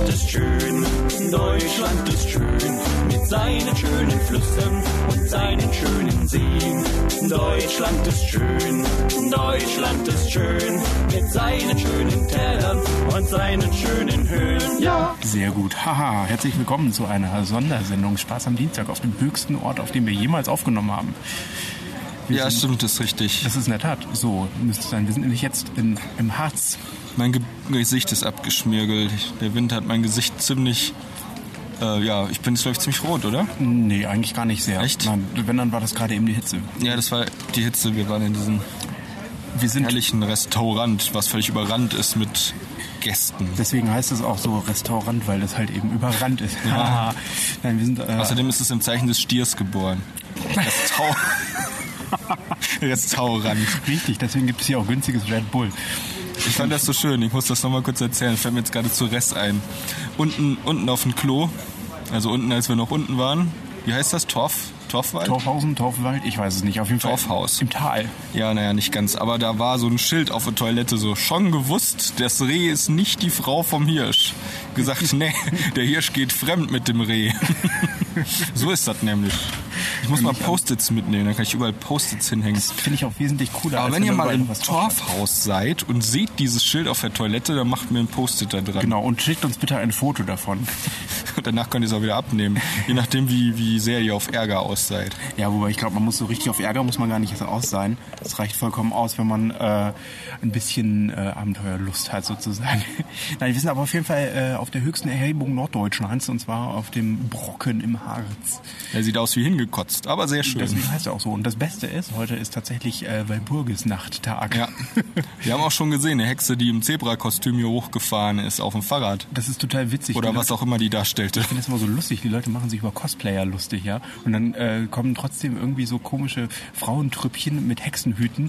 Deutschland ist schön, Deutschland ist schön, mit seinen schönen Flüssen und seinen schönen Seen. Deutschland ist schön, Deutschland ist schön, mit seinen schönen Tälern und seinen schönen Höhen. Ja. Sehr gut. Haha, herzlich willkommen zu einer Sondersendung Spaß am Dienstag auf dem höchsten Ort, auf dem wir jemals aufgenommen haben. Stimmt, das ist richtig. Das ist in der Tat so, müsste sein. Wir sind nämlich jetzt im Harz. Mein Gesicht ist abgeschmirgelt. Der Wind hat mein Gesicht ziemlich... ich bin jetzt, glaube ich, ziemlich rot, oder? Nee, eigentlich gar nicht sehr. Echt? Nein, wenn, dann war das gerade eben die Hitze. Ja, das war die Hitze. Wir waren in diesem herrlichen Restaurant, was völlig überrannt ist mit Gästen. Deswegen heißt es auch so Restaurant, weil das halt eben überrannt ist. Ja. Nein, wir sind, Außerdem ist es im Zeichen des Stiers geboren. Restaurant. Richtig, deswegen gibt es hier auch günstiges Red Bull. Ich fand das so schön, ich muss das nochmal kurz erzählen. Fällt mir jetzt gerade zu Rest ein. Unten auf dem Klo, also unten, als wir noch unten waren, wie heißt das? Torfwald? Torfwald, ich weiß es nicht. Auf jeden Fall Torfhaus. Im Tal. Ja, naja, nicht ganz. Aber da war so ein Schild auf der Toilette, so, schon gewusst, das Reh ist nicht die Frau vom Hirsch. Gesagt, nee, der Hirsch geht fremd mit dem Reh. So ist das nämlich. Ich muss mal Post-its mitnehmen, dann kann ich überall Post-its hinhängen. Das finde ich auch wesentlich cooler. Aber wenn ihr mal im Torfhaus seid und seht dieses Schild auf der Toilette, dann macht mir ein Post-it da dran. Genau, und schickt uns bitte ein Foto davon. Und danach könnt ihr es auch wieder abnehmen. Je nachdem, wie sehr ihr auf Ärger aus seid. Ja, wobei ich glaube, man muss so richtig auf Ärger muss man gar nicht aus sein. Es reicht vollkommen aus, wenn man ein bisschen Abenteuerlust hat sozusagen. Nein, wir sind aber auf jeden Fall auf der höchsten Erhebung Norddeutschlands, und zwar auf dem Brocken im Harz. Er sieht aus wie hingekotzt, aber sehr schön. Deswegen heißt er auch so. Und das Beste ist, heute ist tatsächlich Walpurgisnachttag. Ja. Wir haben auch schon gesehen, eine Hexe, die im Zebrakostüm hier hochgefahren ist auf dem Fahrrad. Das ist total witzig. Oder was auch immer die darstellte. Ich finde das immer so lustig. Die Leute machen sich über Cosplayer lustig, ja. Und dann kommen trotzdem irgendwie so komische Frauentrüppchen mit Hexenhüten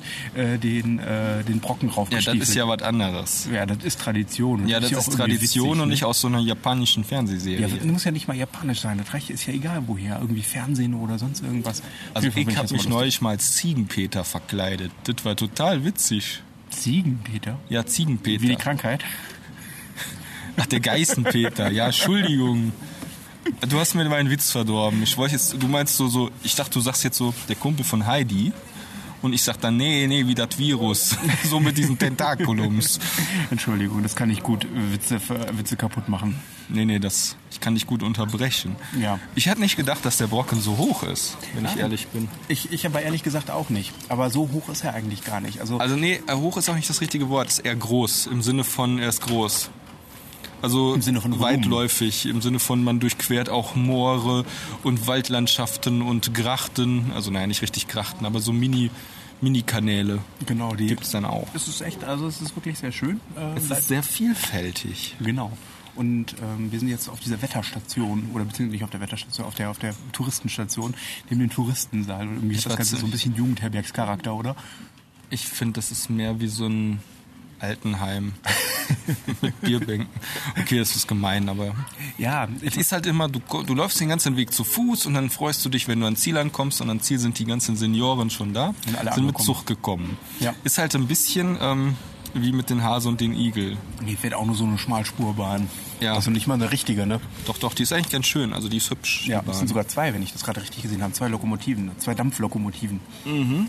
den Brocken raufgestiefelt. Ja, das ist ja was anderes. Ja, das ist Tradition. Ja, das ist Tradition witzig, und nicht aus so einer japanischen Fernsehserie. Ja, das muss ja nicht mal japanisch sein. Das reicht, ist ja egal woher. Irgendwie Fernsehen oder sonst irgendwas. Also ich habe mich neulich mal als Ziegenpeter verkleidet. Das war total witzig. Ziegenpeter? Ja, Ziegenpeter. Wie die Krankheit? Ach, der Geißenpeter. Ja, Entschuldigung. Du hast mir meinen Witz verdorben. Du meinst so, ich dachte, du sagst jetzt so, der Kumpel von Heidi. Und ich sag dann, nee, wie das Virus. So mit diesen Tentakulums. Entschuldigung, das kann nicht gut Witze kaputt machen. Nee, ich kann nicht gut unterbrechen. Ja. Ich hätte nicht gedacht, dass der Brocken so hoch ist, wenn ich ehrlich bin. Ich aber ehrlich gesagt auch nicht. Aber so hoch ist er eigentlich gar nicht. Also nee, hoch ist auch nicht das richtige Wort. Es ist eher groß, im Sinne von, er ist groß. Also im Sinne von weitläufig, im Sinne von, man durchquert auch Moore und Waldlandschaften und Grachten. Also nein, nicht richtig Grachten, aber so Mini-Kanäle. Genau, die gibt es dann auch. Es ist wirklich sehr schön. Es ist sehr vielfältig. Genau. Und wir sind jetzt auf dieser Wetterstation, oder beziehungsweise nicht auf der Wetterstation, auf der Touristenstation, neben dem Touristensaal. Und irgendwie hat das Ganze so ein bisschen Jugendherbergscharakter, oder? Ich finde, das ist mehr wie so ein Altenheim mit Bierbänken. Okay, das ist gemein, aber ja, es ist halt immer, du läufst den ganzen Weg zu Fuß und dann freust du dich, wenn du ans Ziel ankommst, und ans Ziel sind die ganzen Senioren schon da, sind mit Zug gekommen. Ja. Ist halt ein bisschen wie mit den Hase und den Igel. Die fährt auch nur so eine Schmalspurbahn. Ja. Also nicht mal eine richtige, ne? Doch, die ist eigentlich ganz schön, also die ist hübsch. Ja, es sind sogar zwei, wenn ich das gerade richtig gesehen habe. 2 Lokomotiven, 2 Dampflokomotiven. Mhm.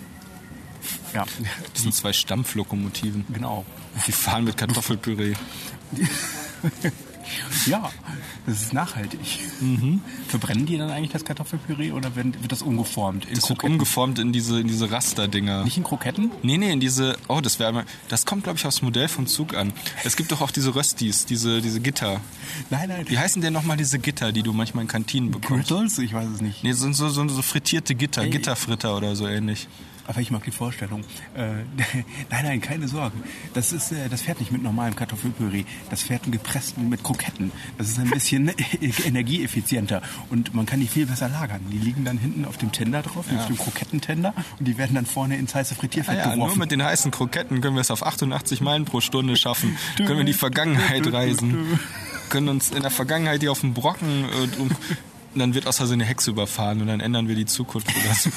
Ja. Das sind 2 Stampflokomotiven. Genau. Die fahren mit Kartoffelpüree. Ja, das ist nachhaltig. Mhm. Verbrennen die dann eigentlich das Kartoffelpüree oder wird das umgeformt? Das wird umgeformt in diese Rasterdinger. Nicht in Kroketten? Nee, in diese, das kommt, glaube ich, aufs Modell vom Zug an. Es gibt doch auch diese Röstis, diese Gitter. Nein. Wie heißen denn nochmal diese Gitter, die du manchmal in Kantinen bekommst? Griddles? Ich weiß es nicht. Nee, sind so frittierte Gitter, Gitterfritter oder so ähnlich. Aber ich mag die Vorstellung. Nein, keine Sorge. Das fährt nicht mit normalem Kartoffelpüree. Das fährt gepresst mit Kroketten. Das ist ein bisschen energieeffizienter. Und man kann die viel besser lagern. Die liegen dann hinten auf dem Tender drauf, auf dem Krokettentender. Und die werden dann vorne ins heiße Frittierfett geworfen. Nur mit den heißen Kroketten können wir es auf 88 Meilen pro Stunde schaffen. Können wir in die Vergangenheit reisen. Können uns in der Vergangenheit hier auf den Brocken und dann wird aus Versehen eine Hexe überfahren und dann ändern wir die Zukunft oder so.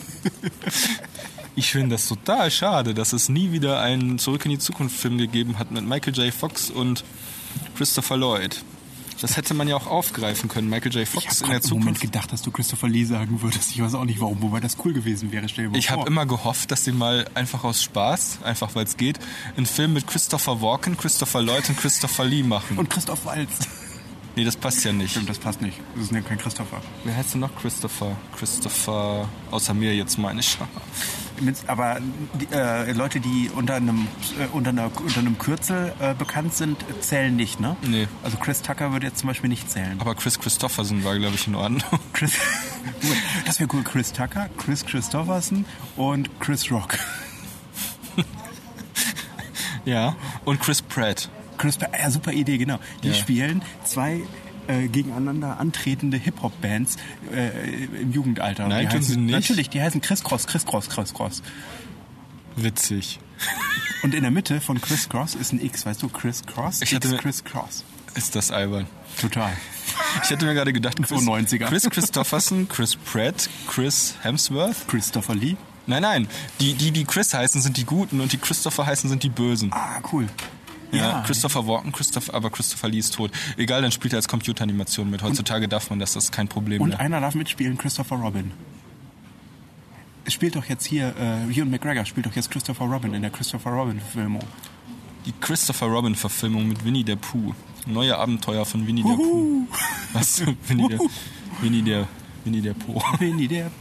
Ich finde das total schade, dass es nie wieder einen Zurück in die Zukunft Film gegeben hat mit Michael J. Fox und Christopher Lloyd. Das hätte man ja auch aufgreifen können. Michael J. Fox Ich in habe der im Moment Zukunft. gedacht, dass du Christopher Lee sagen würdest. Ich weiß auch nicht warum, wobei das cool gewesen wäre. Stell dir mal Ich vor. habe immer gehofft, dass sie mal einfach aus Spaß, einfach weil es geht, einen Film mit Christopher Walken, Christopher Lloyd und Christopher Lee machen. Und Christoph Waltz. Nee, das passt ja nicht. Stimmt, das passt nicht. Das ist ja kein Christopher. Wer heißt denn noch Christopher? Christopher, außer mir jetzt meine ich. Aber Leute, die unter einem Kürzel bekannt sind, zählen nicht, ne? Nee. Also Chris Tucker würde jetzt zum Beispiel nicht zählen. Aber Chris Christopherson war, glaube ich, in Ordnung. Das wäre cool. Chris Tucker, Chris Christopherson und Chris Rock. Ja, und Chris Pratt. Ja, super Idee, genau. Die Ja. spielen zwei gegeneinander antretende Hip-Hop-Bands im Jugendalter. Nein, Die tun sie nicht. Natürlich, die heißen Criss Cross. Witzig. Und in der Mitte von Criss Cross ist ein X, weißt du? Criss Cross, Ich hatte- Criss Cross. Ist das albern. Total. Ich hätte mir gerade gedacht, So 90er. Chris Christopherson, Chris Pratt, Chris Hemsworth. Christopher Lee. Nein. Die Chris heißen, sind die Guten und die Christopher heißen, sind die Bösen. Ah, cool. Ja, Christopher Walken, aber Christopher Lee ist tot. Egal, dann spielt er als Computeranimation mit. Heutzutage darf man das ist kein Problem Und mehr. einer darf mitspielen, Christopher Robin. Es spielt doch jetzt hier, Ewan McGregor spielt doch jetzt Christopher Robin in der Christopher Robin-Verfilmung. Die Christopher Robin-Verfilmung mit Winnie der Pooh. Neue Abenteuer von Winnie der Pooh. Was? Winnie der Pooh. Winnie der Pooh, Winnie der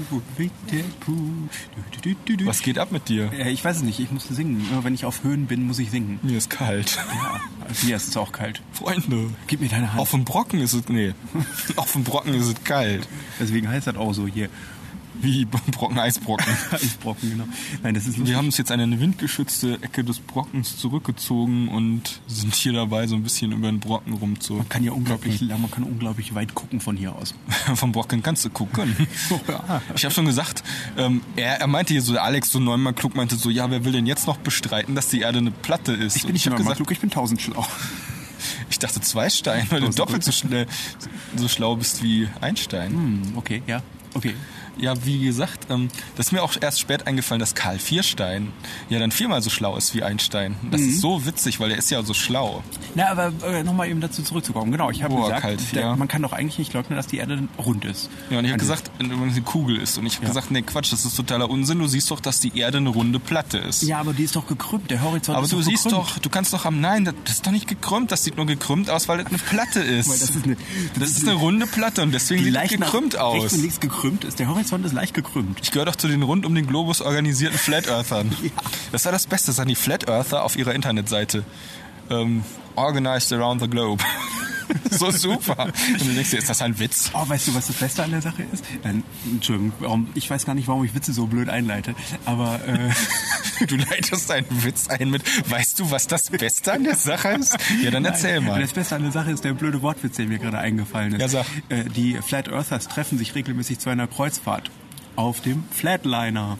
Pooh. Was geht ab mit dir? Ich weiß es nicht, ich musste singen. Immer wenn ich auf Höhen bin, muss ich singen. Mir ist kalt. Ja, hier ist es auch kalt. Freunde. Gib mir deine Hand. Auf dem Brocken ist es, nee. Auf dem Brocken ist es kalt. Deswegen heißt das auch so hier. Wie Brocken, Eisbrocken. Eisbrocken, genau. Nein, das ist Wir haben uns jetzt eine windgeschützte Ecke des Brockens zurückgezogen und sind hier dabei, so ein bisschen über den Brocken rumzu. Man kann ja unglaublich weit gucken von hier aus. Vom Brocken kannst du gucken. Ja. Ich habe schon gesagt, er meinte hier so, Alex, so neunmal klug, meinte so, ja, wer will denn jetzt noch bestreiten, dass die Erde eine Platte ist? Ich bin Und nicht hab immer klug, ich bin 1000 schlau. Ich dachte 2 Steine, weil du doppelt so schlau bist wie Einstein. Okay, ja. Okay. Ja, wie gesagt, das ist mir auch erst spät eingefallen, dass Karl Vierstein ja dann 4-mal so schlau ist wie Einstein. Das ist so witzig, weil er ist ja so schlau. Na, aber nochmal eben dazu zurückzukommen. Genau, ich habe gesagt, kalt, ja. man kann doch eigentlich nicht leugnen, dass die Erde rund ist. Ja, und ich habe gesagt, wenn es eine Kugel ist. Und ich habe gesagt, nee, Quatsch, das ist totaler Unsinn. Du siehst doch, dass die Erde eine runde Platte ist. Ja, aber die ist doch gekrümmt. Der Horizont Aber ist du doch siehst gekrümmt. doch, du kannst doch nein, das ist doch nicht gekrümmt. Das sieht nur gekrümmt aus, weil das eine Platte ist. Weil Das ist eine runde Platte und deswegen sieht es gekrümmt nach rechts aus. und links gekrümmt ist. Der Horizont ist leicht gekrümmt. Ich gehöre doch zu den rund um den Globus organisierten Flat Earthern. Ja. Das war das Beste, das waren die Flat Earther auf ihrer Internetseite. Organized around the globe. So super. Und du denkst dir, ist das ein Witz? Oh, weißt du, was das Beste an der Sache ist? Entschuldigung, ich weiß gar nicht, warum ich Witze so blöd einleite, aber Du leitest einen Witz ein mit, weißt du, was das Beste an der Sache ist? Ja, dann erzähl mal. Das Beste an der Sache ist der blöde Wortwitz, der mir gerade eingefallen ist. Ja, sag. Die Flat Earthers treffen sich regelmäßig zu einer Kreuzfahrt auf dem Flatliner.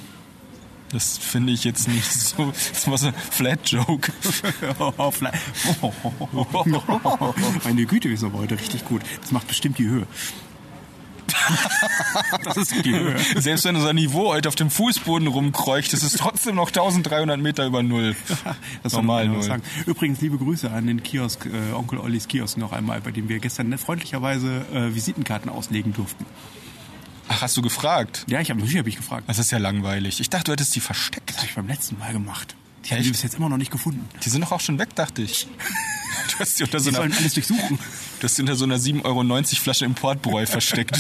Das finde ich jetzt nicht so. Das war so ein Flat-Joke. Meine Güte, wir sind aber heute richtig gut. Das macht bestimmt die Höhe. Das ist die Höhe. Selbst wenn unser Niveau heute auf dem Fußboden rumkreucht, ist es trotzdem noch 1300 Meter über Null. Das Normal soll man Null. sagen. Übrigens, liebe Grüße an den Kiosk, Onkel Ollis Kiosk noch einmal, bei dem wir gestern freundlicherweise Visitenkarten auslegen durften. Ach, hast du gefragt? Ja, natürlich habe ich gefragt. Das ist ja langweilig. Ich dachte, du hättest die versteckt. Das habe ich beim letzten Mal gemacht. Die haben Echt? die bis jetzt immer noch nicht gefunden. Die sind doch auch schon weg, dachte ich. Du hast die unter so Die einer, sollen alles durchsuchen. du hast die unter so einer 7,90 € Flasche Importbräu versteckt.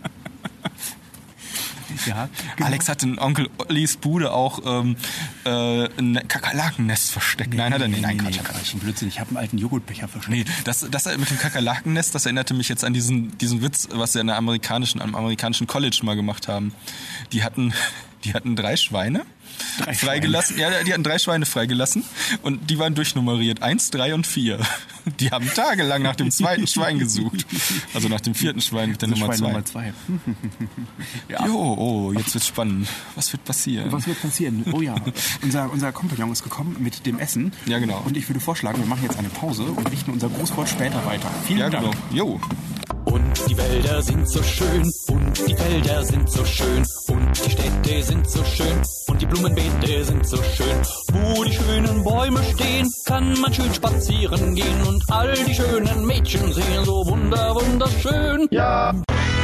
Ja, genau. Alex hat in Onkel Ollis Bude auch ein Kakerlakennest versteckt. Nein, hat er nicht. Nein, Quatsch. Quatsch, Blödsinn. Ich habe einen alten Joghurtbecher verschluckt. Nee, das mit dem Kakerlakennest, das erinnerte mich jetzt an diesen Witz, was sie am amerikanischen College mal gemacht haben. Die hatten 3 Schweine. Freigelassen. Ja, die hatten 3 Schweine freigelassen und die waren durchnummeriert. 1, 3 und 4. Die haben tagelang nach dem 2. Schwein gesucht. Also nach dem 4. Schwein mit der Nummer 2. Nummer 2. Ja. Jo, jetzt wird's spannend. Was wird passieren? Was wird passieren? Oh ja, unser Kompagnon ist gekommen mit dem Essen. Ja, genau. Und ich würde vorschlagen, wir machen jetzt eine Pause und richten unser Grußwort später weiter. Vielen Ja, Dank. genau. Jo. Und die Wälder sind so schön, und die Felder sind so schön, und die Städte sind so schön, und die Blumenbeete sind so schön. Wo die schönen Bäume stehen, kann man schön spazieren gehen und all die schönen Mädchen sehen so wunderschön. Ja.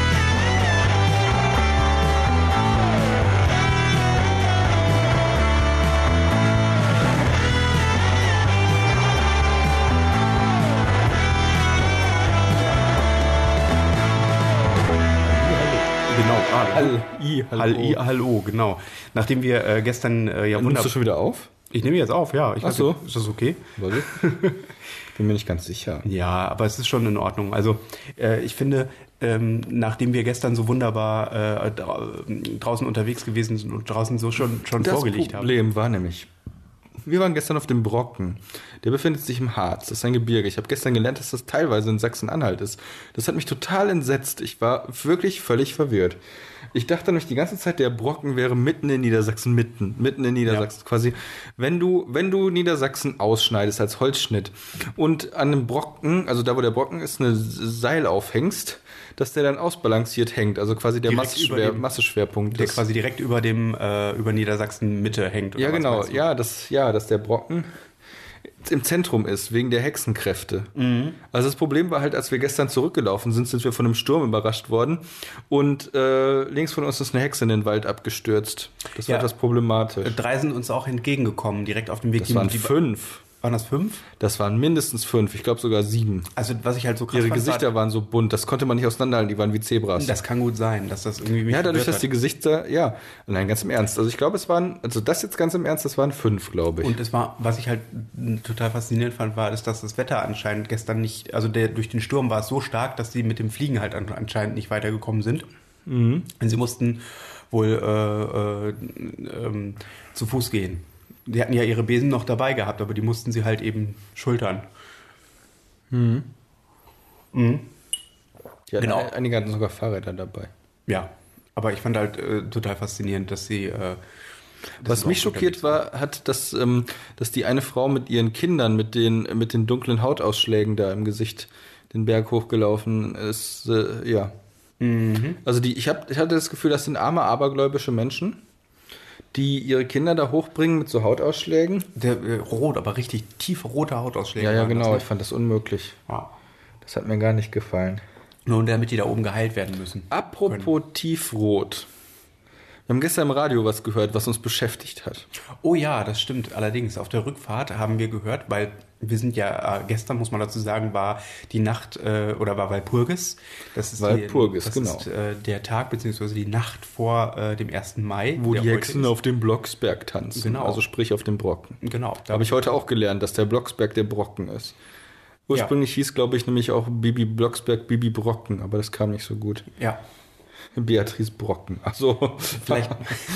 Genau, hallo, genau. Nachdem wir gestern Nimmst du schon wieder auf? Ich nehme jetzt auf, ja. Ach so. Ist das okay? Bin mir nicht ganz sicher. Ja, aber es ist schon in Ordnung. Also ich finde, nachdem wir gestern so wunderbar draußen unterwegs gewesen sind und draußen so schon vorgelegt haben. Das Problem war nämlich, wir waren gestern auf dem Brocken. Der befindet sich im Harz. Das ist ein Gebirge. Ich habe gestern gelernt, dass das teilweise in Sachsen-Anhalt ist. Das hat mich total entsetzt. Ich war wirklich völlig verwirrt. Ich dachte nämlich die ganze Zeit, der Brocken wäre mitten in Niedersachsen, mitten in Niedersachsen. Ja. Quasi, wenn du Niedersachsen ausschneidest als Holzschnitt und an einem Brocken, also da wo der Brocken ist, eine Seil aufhängst, dass der dann ausbalanciert hängt, also quasi der Masseschwerpunkt. Der quasi direkt über Niedersachsen Mitte hängt. Oder ja, genau. Dass der Brocken im Zentrum ist, wegen der Hexenkräfte. Mhm. Also das Problem war halt, als wir gestern zurückgelaufen sind wir von einem Sturm überrascht worden und links von uns ist eine Hexe in den Wald abgestürzt. Das war etwas problematisch. 3 sind uns auch entgegengekommen, direkt auf dem Weg. Das waren 5. Waren das 5? Das waren mindestens 5, ich glaube sogar 7. Also was ich halt so krass Ihre Gesichter waren so bunt, das konnte man nicht auseinanderhalten, die waren wie Zebras. Das kann gut sein, dass das irgendwie... Ja, dadurch, dass die Gesichter, nein, ganz im Ernst. Also ich glaube, das jetzt ganz im Ernst, das waren 5, glaube ich. Und was ich halt total faszinierend fand, war, ist, dass das Wetter anscheinend gestern nicht, also durch den Sturm war es so stark, dass sie mit dem Fliegen halt anscheinend nicht weitergekommen sind. Mhm. Und sie mussten wohl zu Fuß gehen. Die hatten ja ihre Besen noch dabei gehabt, aber die mussten sie halt eben schultern. Mhm. Mhm. Ja, genau. Einige hatten sogar Fahrräder dabei. Ja, aber ich fand halt total faszinierend, dass sie... Was mich schockiert war, dass die eine Frau mit ihren Kindern, mit den dunklen Hautausschlägen da im Gesicht den Berg hochgelaufen ist. Mhm. Also ich hatte das Gefühl, das sind arme, abergläubische Menschen, die ihre Kinder da hochbringen mit so Hautausschlägen. Rot, aber richtig tiefe rote Hautausschläge. Ja, genau, ich fand das unmöglich. Ja. Das hat mir gar nicht gefallen. Nur damit die da oben geheilt werden müssen. Apropos tiefrot. Wir haben gestern im Radio was gehört, was uns beschäftigt hat. Oh ja, das stimmt. Allerdings, auf der Rückfahrt haben wir gehört, weil wir sind ja, gestern muss man dazu sagen, war die Nacht, oder war Walpurgis. Das ist der Tag, beziehungsweise die Nacht vor dem 1. Mai. Wo die Hexen auf dem Blocksberg tanzen. Genau. Also sprich auf dem Brocken. Genau. Da habe ich heute auch gelernt, dass der Blocksberg der Brocken ist. Ursprünglich hieß, glaube ich, nämlich auch Bibi Blocksberg, Bibi Brocken, aber das kam nicht so gut. Ja. Beatrice Brocken. Ach so. Vielleicht.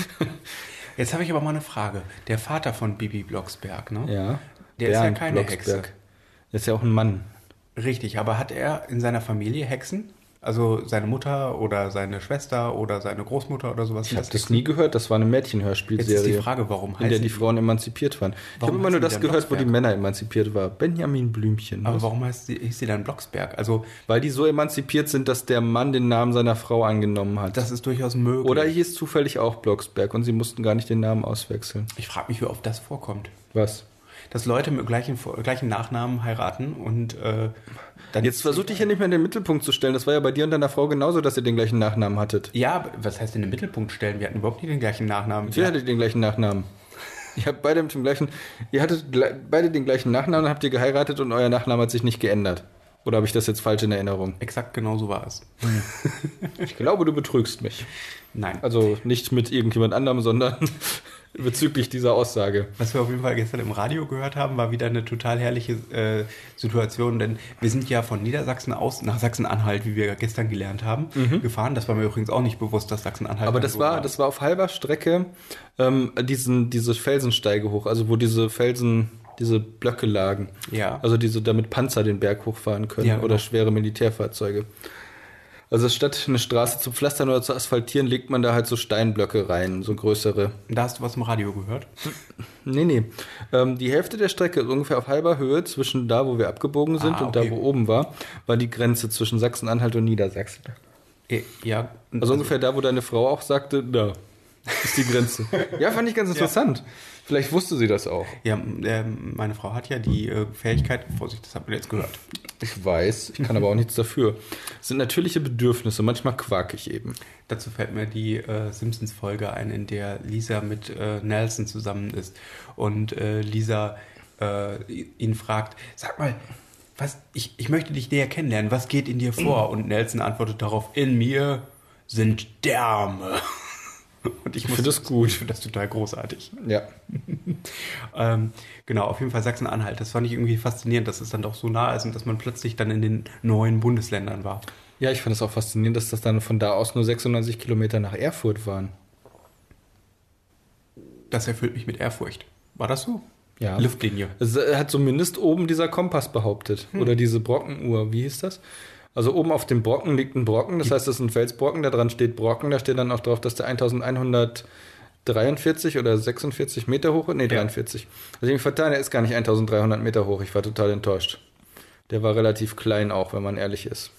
Jetzt habe ich aber mal eine Frage. Der Vater von Bibi Blocksberg, ne? Ja. Der ist ja keine Hexe. Der ist ja auch ein Mann. Richtig, aber hat er in seiner Familie Hexen? Also seine Mutter oder seine Schwester oder seine Großmutter oder sowas? Ich habe das nie gehört, das war eine Mädchenhörspielserie. Jetzt ist die Frage, warum in der die Frauen emanzipiert waren. Ich habe immer nur das gehört, wo die Männer emanzipiert waren. Benjamin Blümchen. Aber warum hieß sie dann Blocksberg? Also, weil die so emanzipiert sind, dass der Mann den Namen seiner Frau angenommen hat. Das ist durchaus möglich. Oder hieß zufällig auch Blocksberg und sie mussten gar nicht den Namen auswechseln. Ich frage mich, wie oft das vorkommt. Was? Dass Leute mit gleichen Nachnamen heiraten und dann... Jetzt versuch dich ja nicht mehr in den Mittelpunkt zu stellen. Das war ja bei dir und deiner Frau genauso, dass ihr den gleichen Nachnamen hattet. Ja, was heißt in den Mittelpunkt stellen? Wir hatten überhaupt nicht den gleichen Nachnamen. Ihr hattet den gleichen Nachnamen. Ihr hattet beide den gleichen Nachnamen, habt ihr geheiratet und euer Nachname hat sich nicht geändert. Oder habe ich das jetzt falsch in Erinnerung? Exakt genau so war es. Ich glaube, du betrügst mich. Nein. Also nicht mit irgendjemand anderem, sondern bezüglich dieser Aussage. Was wir auf jeden Fall gestern im Radio gehört haben, war wieder eine total herrliche Situation, denn wir sind ja von Niedersachsen aus nach Sachsen-Anhalt, wie wir gestern gelernt haben, gefahren. Das war mir übrigens auch nicht bewusst, dass Sachsen-Anhalt... Aber das war auf halber Strecke diese Felsensteige hoch, also wo diese Blöcke lagen. Ja. Also damit Panzer den Berg hochfahren können, ja, genau. Oder schwere Militärfahrzeuge. Also statt eine Straße zu pflastern oder zu asphaltieren, legt man da halt so Steinblöcke rein, so größere. Da hast du was im Radio gehört? Nee. Die Hälfte der Strecke ist ungefähr auf halber Höhe zwischen da, wo wir abgebogen sind und da, wo oben war die Grenze zwischen Sachsen-Anhalt und Niedersachsen. Ja. Also ungefähr da, wo deine Frau auch sagte, da. ist die Grenze. Ja, fand ich ganz interessant. Vielleicht wusste sie das auch. Ja, meine Frau hat ja die Fähigkeit, Vorsicht, das habt ihr jetzt gehört. Ich weiß, ich kann aber auch nichts dafür. Es sind natürliche Bedürfnisse, manchmal quak ich eben. Dazu fällt mir die Simpsons-Folge ein, in der Lisa mit Nelson zusammen ist und Lisa ihn fragt, sag mal, ich möchte dich näher kennenlernen, was geht in dir vor? Und Nelson antwortet darauf, in mir sind Därme. Und ich finde das gut. Ich finde das total großartig. Ja. Genau, auf jeden Fall Sachsen-Anhalt. Das fand ich irgendwie faszinierend, dass es dann doch so nah ist und dass man plötzlich dann in den neuen Bundesländern war. Ja, ich fand es auch faszinierend, dass das dann von da aus nur 96 Kilometer nach Erfurt waren. Das erfüllt mich mit Ehrfurcht. War das so? Ja. Luftlinie. Es hat zumindest oben dieser Kompass behauptet. Oder diese Brockenuhr. Wie hieß das? Also oben auf dem Brocken liegt ein Brocken. Das heißt, das ist ein Felsbrocken. Da dran steht Brocken. Da steht dann auch drauf, dass der 1143 oder 46 Meter hoch ist. Nee, 43. Also ich mich vertan, der ist gar nicht 1300 Meter hoch. Ich war total enttäuscht. Der war relativ klein auch, wenn man ehrlich ist.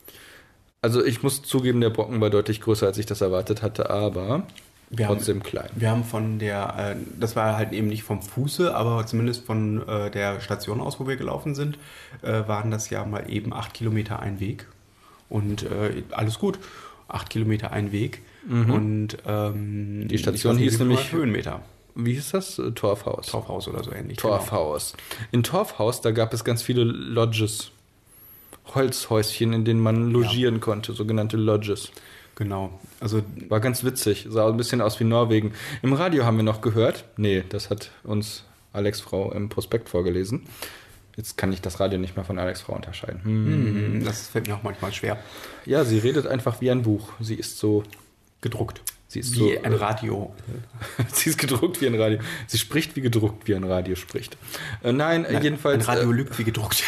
Also ich muss zugeben, der Brocken war deutlich größer, als ich das erwartet hatte, aber trotzdem klein. Wir haben von der, das war halt eben nicht vom Fuße, aber zumindest von der Station aus, wo wir gelaufen sind, waren das ja mal eben 8 Kilometer ein Weg. Und alles gut, 8 Kilometer ein Weg. Und die Station hieß nämlich Höhenmeter. Wie hieß das? Torfhaus. Torfhaus oder so ähnlich. Torfhaus. Genau. In Torfhaus, da gab es ganz viele Lodges. Holzhäuschen, in denen man logieren konnte, sogenannte Lodges. Genau. Also war ganz witzig, sah ein bisschen aus wie Norwegen. Im Radio haben wir noch gehört, nee, das hat uns Alex Frau im Prospekt vorgelesen. Jetzt kann ich das Radio nicht mehr von Alex Frau unterscheiden. Das fällt mir auch manchmal schwer. Ja, sie redet einfach wie ein Buch. Sie ist so gedruckt. Sie ist wie so, ein Radio. Sie ist gedruckt wie ein Radio. Sie spricht wie gedruckt, wie ein Radio spricht. Nein, jedenfalls... Ein Radio lügt wie gedruckt.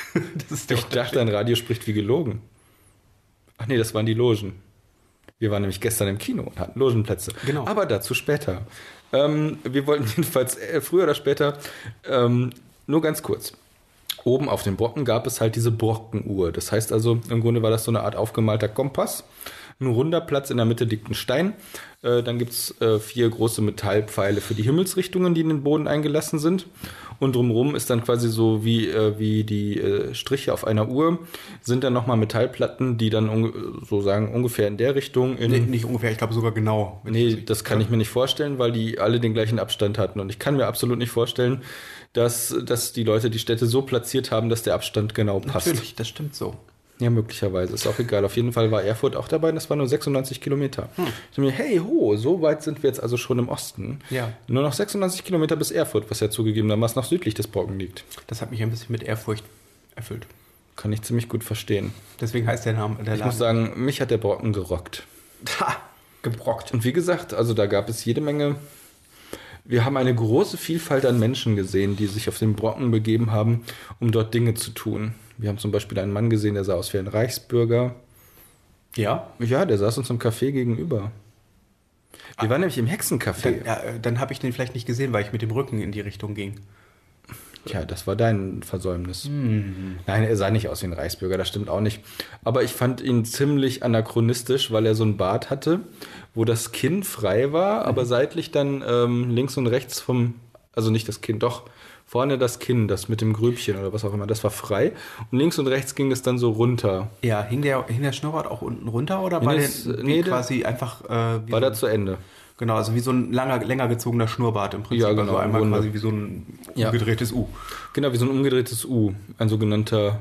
Ich dachte, ein Radio spricht wie gelogen. Ach nee, das waren die Logen. Wir waren nämlich gestern im Kino und hatten Logenplätze. Genau. Aber dazu später. Wir wollten jedenfalls früher oder später, nur ganz kurz. Oben auf dem Brocken gab es halt diese Brockenuhr. Das heißt also, im Grunde war das so eine Art aufgemalter Kompass. Ein runder Platz, in der Mitte liegt ein Stein. Dann gibt es 4 große Metallpfeile für die Himmelsrichtungen, die in den Boden eingelassen sind. Und drumherum ist dann quasi so wie die Striche auf einer Uhr, sind dann nochmal Metallplatten, die dann so sagen ungefähr in der Richtung... Nee, nicht ungefähr, ich glaube sogar genau. Nee, das kann ich mir nicht vorstellen, weil die alle den gleichen Abstand hatten. Und ich kann mir absolut nicht vorstellen, dass die Leute die Städte so platziert haben, dass der Abstand genau passt. Natürlich, das stimmt so. Ja, möglicherweise. Ist auch egal. Auf jeden Fall war Erfurt auch dabei. Das waren nur 96 Kilometer. Ich dachte mir, hey, so weit sind wir jetzt also schon im Osten. Ja. Nur noch 96 Kilometer bis Erfurt, was ja zugegebenermaßen noch südlich des Brocken liegt. Das hat mich ein bisschen mit Ehrfurcht erfüllt. Kann ich ziemlich gut verstehen. Deswegen heißt der Name der Laden. Ich muss sagen, mich hat der Brocken gerockt. Gebrockt. Und wie gesagt, also da gab es jede Menge... Wir haben eine große Vielfalt an Menschen gesehen, die sich auf den Brocken begeben haben, um dort Dinge zu tun. Wir haben zum Beispiel einen Mann gesehen, der sah aus wie ein Reichsbürger. Ja? Ja, der saß uns im Café gegenüber. Wir waren nämlich im Hexencafé. Dann habe ich den vielleicht nicht gesehen, weil ich mit dem Rücken in die Richtung ging. Tja, das war dein Versäumnis. Nein, er sah nicht aus wie ein Reichsbürger, das stimmt auch nicht. Aber ich fand ihn ziemlich anachronistisch, weil er so einen Bart hatte, wo das Kinn frei war, aber seitlich dann links und rechts also nicht das Kinn, doch vorne das Kinn, das mit dem Grübchen oder was auch immer, das war frei. Und links und rechts ging das dann so runter. Ja, hing der Schnurrbart auch unten runter oder war der quasi einfach... war da zu Ende. Genau, also wie so ein länger gezogener Schnurrbart im Prinzip. Ja, genau. Also einmal quasi wie so ein umgedrehtes U. Genau, wie so ein umgedrehtes U. Ein sogenannter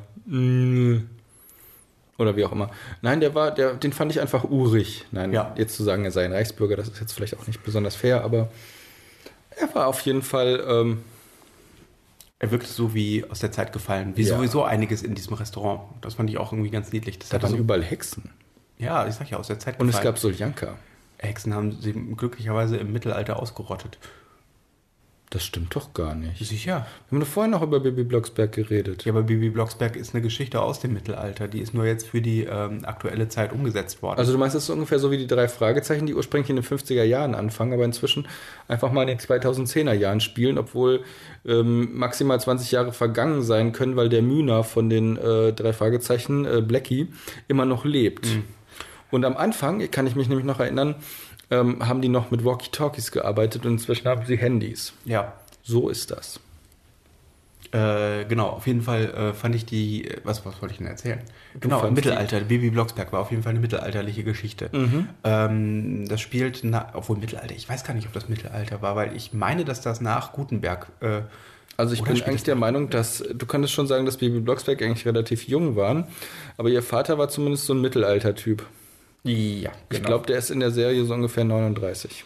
oder wie auch immer. Nein, den fand ich einfach urig. Nein, jetzt zu sagen, er sei ein Reichsbürger, das ist jetzt vielleicht auch nicht besonders fair, aber er war auf jeden Fall... er wirkte so wie aus der Zeit gefallen. Wie sowieso einiges in diesem Restaurant. Das fand ich auch irgendwie ganz niedlich. Da waren überall Hexen. Ja, ich sag ja, aus der Zeit gefallen. Und es gab Soljanka. Hexen haben sie glücklicherweise im Mittelalter ausgerottet. Das stimmt doch gar nicht. Sicher. Wir haben doch vorhin noch über Bibi Blocksberg geredet. Ja, aber Bibi Blocksberg ist eine Geschichte aus dem Mittelalter. Die ist nur jetzt für die aktuelle Zeit umgesetzt worden. Also du meinst, das ist ungefähr so wie die 3 Fragezeichen, die ursprünglich in den 50er Jahren anfangen, aber inzwischen einfach mal in den 2010er Jahren spielen, obwohl maximal 20 Jahre vergangen sein können, weil der Mühner von den 3 Fragezeichen, Blackie, immer noch lebt. Und am Anfang, kann ich mich nämlich noch erinnern, haben die noch mit Walkie-Talkies gearbeitet und inzwischen haben sie Handys. Ja. So ist das. Genau, auf jeden Fall fand ich die, was wollte ich denn erzählen? Genau, im fandst Mittelalter, Bibi Blocksberg war auf jeden Fall eine mittelalterliche Geschichte. Das spielt, obwohl Mittelalter, ich weiß gar nicht, ob das Mittelalter war, weil ich meine, dass das nach Gutenberg... Also ich oder bin spielt eigentlich es der nach Meinung, dass, du könntest schon sagen, dass Bibi Blocksberg eigentlich relativ jung waren, aber ihr Vater war zumindest so ein Mittelalter-Typ. Ja, genau. Ich glaube, der ist in der Serie so ungefähr 39.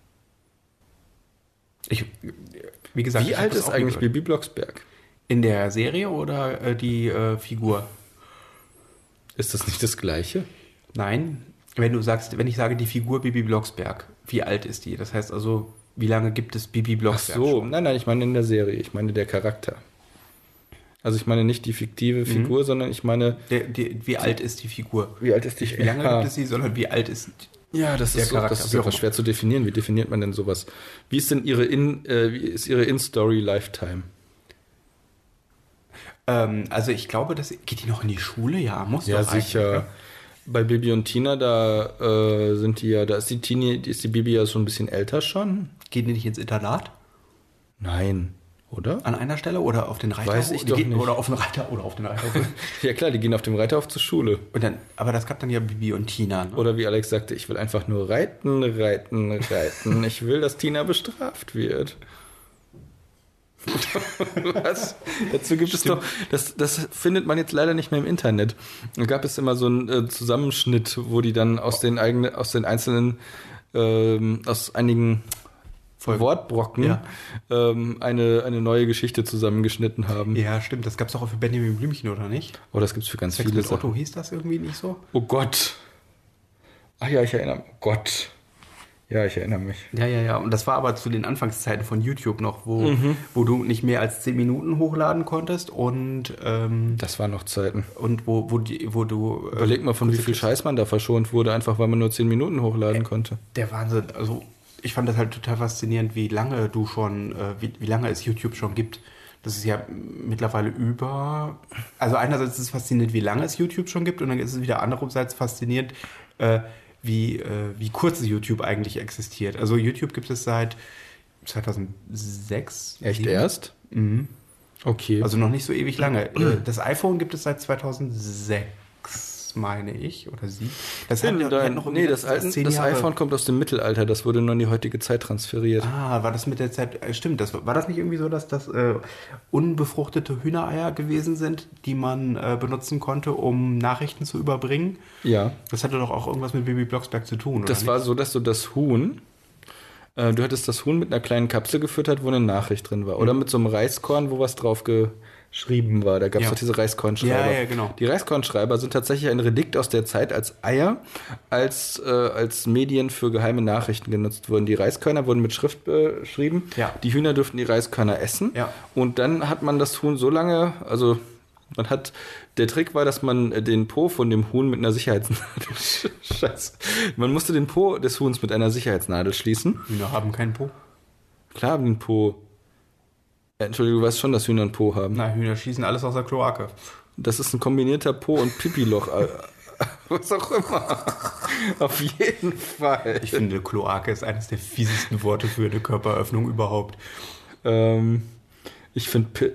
Wie gesagt, Wie ich hab alt das ist auch eigentlich gehört. Bibi Blocksberg? In der Serie oder die Figur? Ist das nicht das Gleiche? Nein, wenn ich sage die Figur Bibi Blocksberg, wie alt ist die? Das heißt also, wie lange gibt es Bibi Ach Blocksberg so, schon? nein, ich meine in der Serie. Ich meine der Charakter. Also ich meine nicht die fiktive Figur, sondern ich meine... Wie alt ist die Figur? Wie alt ist die Nicht wie lange gibt es sie, sondern wie alt ist Ja, das der ist, Charakter? das ist etwas schwer zu definieren. Wie definiert man denn sowas? Wie ist denn ihre In-Story-Lifetime? Also ich glaube, geht die noch in die Schule? Ja, muss Ja, doch eigentlich, sicher. ne? Bei Bibi und Tina, da sind die ja, da ist ist die Bibi ja schon ein bisschen älter schon. Geht die nicht ins Internat? Nein, oder? An einer Stelle oder auf den Reiterhof? Weiß ich doch nicht. Oder auf den Reiterhof. Ja klar, die gehen auf dem Reiterhof zur Schule. Und dann, aber das gab dann ja Bibi und Tina. Ne? Oder wie Alex sagte, ich will einfach nur reiten. Ich will, dass Tina bestraft wird. Was? Dazu gibt es doch, das findet man jetzt leider nicht mehr im Internet. Da gab es immer so einen Zusammenschnitt, wo die dann aus einigen Wortbrocken eine neue Geschichte zusammengeschnitten haben. Ja, stimmt. Das gab es auch für Benjamin Blümchen, oder nicht? Oh, das gibt es für ganz Sex viele mit Otto Sachen. hieß das irgendwie nicht so? Oh Gott. Ach ja, ich erinnere mich. Oh Gott. Ja, ich erinnere mich. Ja. Und das war aber zu den Anfangszeiten von YouTube noch, wo du nicht mehr als 10 Minuten hochladen konntest und Das waren noch Zeiten. wo du Überleg mal, von wie viel Scheiß man da verschont wurde, einfach weil man nur 10 Minuten hochladen konnte. der Wahnsinn. Also ich fand das halt total faszinierend, wie lange du schon, wie lange es YouTube schon gibt. Das ist ja mittlerweile also einerseits ist es faszinierend, wie lange es YouTube schon gibt und dann ist es wieder andererseits faszinierend, wie kurz YouTube eigentlich existiert. Also YouTube gibt es seit 2006. Echt 2007. erst? Mhm. Okay. Also noch nicht so ewig lange. Das iPhone gibt es seit 2006, meine ich, oder sie. Das hat noch nee, das iPhone kommt aus dem Mittelalter, das wurde nur in die heutige Zeit transferiert. Ah, war das mit der Zeit, stimmt, war das nicht irgendwie so, dass das unbefruchtete Hühnereier gewesen sind, die man benutzen konnte, um Nachrichten zu überbringen? Ja. Das hatte doch auch irgendwas mit Bibi Blocksberg zu tun, oder Das war so, dass du das Huhn, du hattest das Huhn mit einer kleinen Kapsel gefüttert, wo eine Nachricht drin war. Oder mit so einem Reiskorn, wo was drauf geschrieben war. Da gab es doch diese Reiskornschreiber. Ja, genau. Die Reiskornschreiber sind tatsächlich ein Relikt aus der Zeit, als Eier als Medien für geheime Nachrichten genutzt wurden. Die Reiskörner wurden mit Schrift beschrieben. Ja. Die Hühner durften die Reiskörner essen. Ja. Und dann hat man das Huhn so lange, der Trick war, dass man den Po von dem Huhn mit einer Sicherheitsnadel, Scheiße. Man musste den Po des Huhns mit einer Sicherheitsnadel schließen. Hühner haben keinen Po. Klar haben die einen Po. Entschuldigung, du weißt schon, dass Hühner einen Po haben. Na, Hühner schießen alles aus der Kloake. Das ist ein kombinierter Po- und Pipi-Loch. Was auch immer. Auf jeden Fall. Ich finde, Kloake ist eines der fiesesten Worte für eine Körperöffnung überhaupt. Ich finde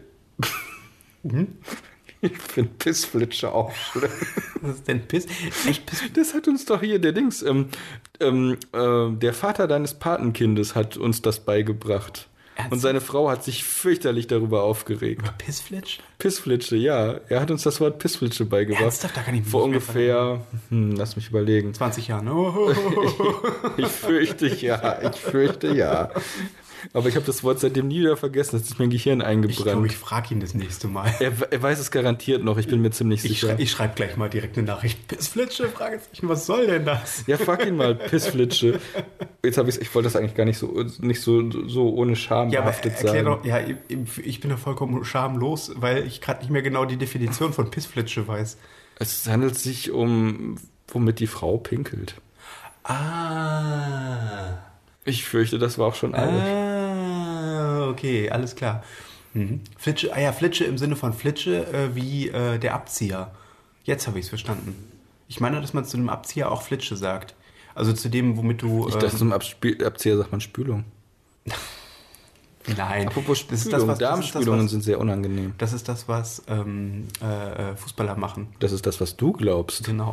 Pissflitsche auch schlimm. Was ist denn Piss? Echt Piss? Das hat uns doch hier der Dings, der Vater deines Patenkindes hat uns das beigebracht. Ernsthaft? Und seine Frau hat sich fürchterlich darüber aufgeregt. Über Pissflitsch? Pissflitsche, ja. Er hat uns das Wort Pissflitsche beigebracht. Ernsthaft? Da kann ich mich Vor nicht mehr ungefähr, lass mich überlegen. 20 Jahren. Oh. Ich fürchte ja. Aber ich habe das Wort seitdem nie wieder vergessen. Das ist mein Gehirn Ich eingebrannt. glaube, ich frage ihn das nächste Mal. Er weiß es garantiert noch, ich bin mir ziemlich sicher. Ich schreibe gleich mal direkt eine Nachricht. Pissflitsche? Fragezeichen, was soll denn das? Ja, frag ihn mal, Pissflitsche. Jetzt habe ich wollte das eigentlich gar nicht so ohne Scham Ja, aber behaftet erklär sagen. doch, ja, ich bin da vollkommen schamlos, weil ich gerade nicht mehr genau die Definition von Pissflitsche weiß. Es handelt sich um, womit die Frau pinkelt. Ah. Ich fürchte, das war auch schon alles. Okay, alles klar. Flitsche, Flitsche im Sinne von Flitsche wie der Abzieher. Jetzt habe ich es verstanden. Ich meine, dass man zu einem Abzieher auch Flitsche sagt. Also zu dem, womit du... Ich dachte, zum Abzieher sagt man Spülung. Nein. Apropos Spülung, Darmspülungen sind sehr unangenehm. Das ist das, was Fußballer machen. Das ist das, was du glaubst. Genau.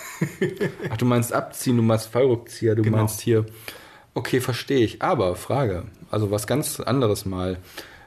Ach, du meinst abziehen, du meinst Fallrückzieher, du meinst hier... Okay, verstehe ich. Aber, Frage, also was ganz anderes mal.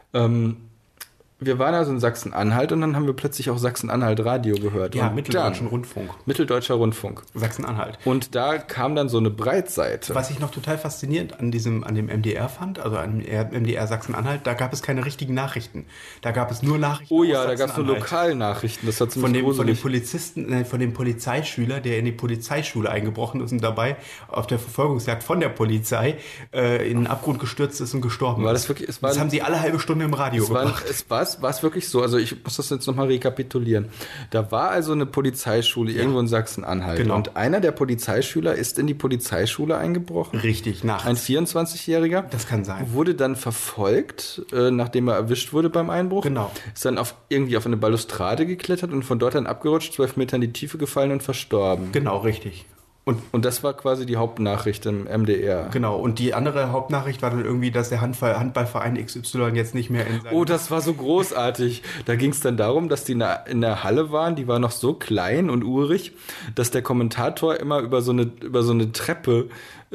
Wir waren also in Sachsen-Anhalt und dann haben wir plötzlich auch Sachsen-Anhalt Radio gehört. Ja, und Mitteldeutschen Rundfunk. Mitteldeutscher Rundfunk. Sachsen-Anhalt. Und da kam dann so eine Breitseite. Was ich noch total faszinierend an dem MDR fand, also an MDR Sachsen-Anhalt, da gab es keine richtigen Nachrichten. Da gab es nur Nachrichten Oh ja, da gab es nur Lokalnachrichten. Das hat von dem Polizisten, von dem Polizeischüler, der in die Polizeischule eingebrochen ist und dabei auf der Verfolgungsjagd von der Polizei in den Abgrund gestürzt ist und gestorben war ist. Das wirklich? Das haben sie alle halbe Stunde im Radio gemacht. War es wirklich so? Also ich muss das jetzt nochmal rekapitulieren. Da war also eine Polizeischule irgendwo in Sachsen-Anhalt. Genau. Und einer der Polizeischüler ist in die Polizeischule eingebrochen. Richtig, nachts. Ein 24-Jähriger. Das kann sein. Wurde dann verfolgt, nachdem er erwischt wurde beim Einbruch. Genau. Ist dann irgendwie auf eine Balustrade geklettert und von dort dann abgerutscht, 12 Meter in die Tiefe gefallen und verstorben. Genau, richtig. Und das war quasi die Hauptnachricht im MDR. Genau, und die andere Hauptnachricht war dann irgendwie, dass der Handballverein XY jetzt nicht mehr in Oh, das war so großartig. Da ging es dann darum, dass die in der Halle waren, die war noch so klein und urig, dass der Kommentator immer über so eine Treppe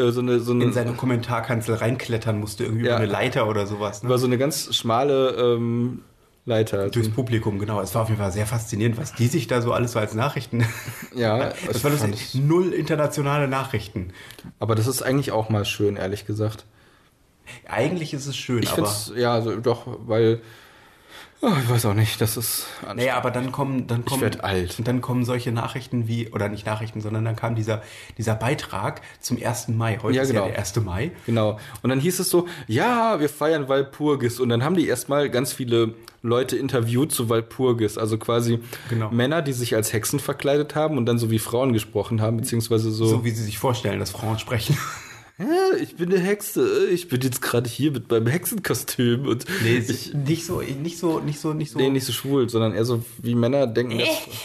in seine Kommentarkanzel reinklettern musste, irgendwie über eine Leiter oder sowas. Ne? Über so eine ganz schmale Leiter. Durchs Publikum, genau. Es war auf jeden Fall sehr faszinierend, was die sich da so alles so als Nachrichten... Ja. das war lustig. 0 internationale Nachrichten. Aber das ist eigentlich auch mal schön, ehrlich gesagt. Eigentlich ist es schön, ich finde es, ja, also doch, weil... Oh, ich weiß auch nicht, das ist... Naja, aber dann ich werde alt. Und dann kommen solche Nachrichten wie, oder nicht Nachrichten, sondern dann kam dieser Beitrag zum 1. Mai. Heute ist ja der 1. Mai. Genau. Und dann hieß es so, ja, wir feiern Walpurgis. Und dann haben die erstmal ganz viele Leute interviewt zu Walpurgis. Also quasi Männer, die sich als Hexen verkleidet haben und dann so wie Frauen gesprochen haben, beziehungsweise so... So wie sie sich vorstellen, dass Frauen sprechen. Ja, ich bin eine Hexe. Ich bin jetzt gerade hier mit meinem Hexenkostüm und nicht so. Nee, nicht so schwul, sondern eher so wie Männer denken.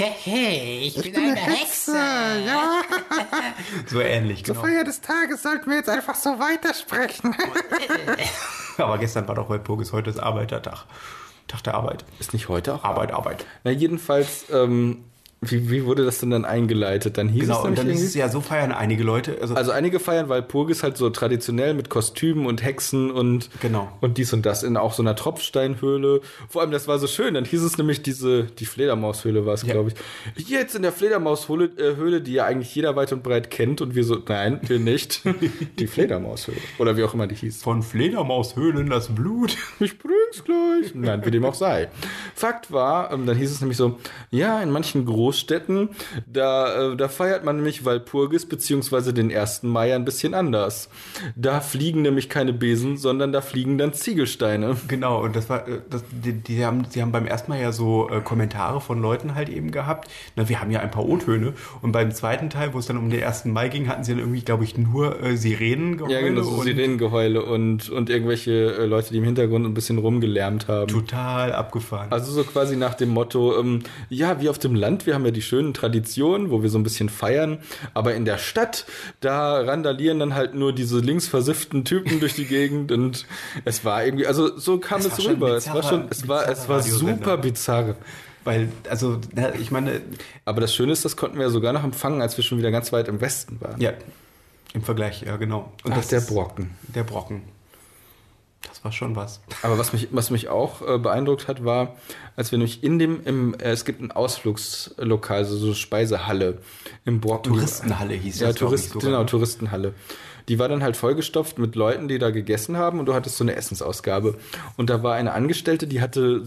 Ich bin eine Hexe. Ja. So ähnlich. Zur Feier des Tages sollten wir jetzt einfach so weitersprechen. Aber gestern war doch Walpurgis, heute ist Arbeitertag. Tag der Arbeit. Ist nicht heute auch Arbeit? Na jedenfalls. Wie wurde das denn dann eingeleitet? Dann hieß es und dann ist es ja, so feiern einige Leute. Also einige feiern Walpurgis halt so traditionell mit Kostümen und Hexen und dies und das in auch so einer Tropfsteinhöhle. Vor allem, das war so schön. Dann hieß es nämlich die Fledermaushöhle war es, glaube ich. Jetzt in der Fledermaushöhle, die ja eigentlich jeder weit und breit kennt und wir so, nein, wir nicht. Die Fledermaushöhle. Oder wie auch immer die hieß. Von Fledermaushöhlen das Blut. Ich bring's gleich. Nein, wie dem auch sei. Fakt war, dann hieß es nämlich so, ja, in manchen Großstädten, da feiert man nämlich Walpurgis beziehungsweise den 1. Mai ein bisschen anders. Da fliegen nämlich keine Besen, sondern da fliegen dann Ziegelsteine. Genau, und das war, sie haben beim 1. Mai ja so Kommentare von Leuten halt eben gehabt. Na, wir haben ja ein paar O-Töne. Und beim zweiten Teil, wo es dann um den 1. Mai ging, hatten sie dann irgendwie, glaube ich, nur Sirenengeheule. Ja, genau, so Sirenengeheule und irgendwelche Leute, die im Hintergrund ein bisschen rumgelärmt haben. Total abgefahren. Also so quasi nach dem Motto, ja, wie auf dem Land, wir haben ja die schönen Traditionen, wo wir so ein bisschen feiern, aber in der Stadt, da randalieren dann halt nur diese linksversifften Typen durch die Gegend und es war irgendwie, also so kam es rüber. Es war super bizarr. Weil, also, ich meine... Aber das Schöne ist, das konnten wir ja sogar noch empfangen, als wir schon wieder ganz weit im Westen waren. Ja, im Vergleich, ja, genau. Und der Brocken. Der Brocken. Das war schon was. Aber was mich auch beeindruckt hat, war, als wir nämlich es gibt ein Ausflugslokal, so Speisehalle im Brocken. Touristenhalle hieß das. Ja, Touristenhalle. Die war dann halt vollgestopft mit Leuten, die da gegessen haben und du hattest so eine Essensausgabe. Und da war eine Angestellte, sie hatte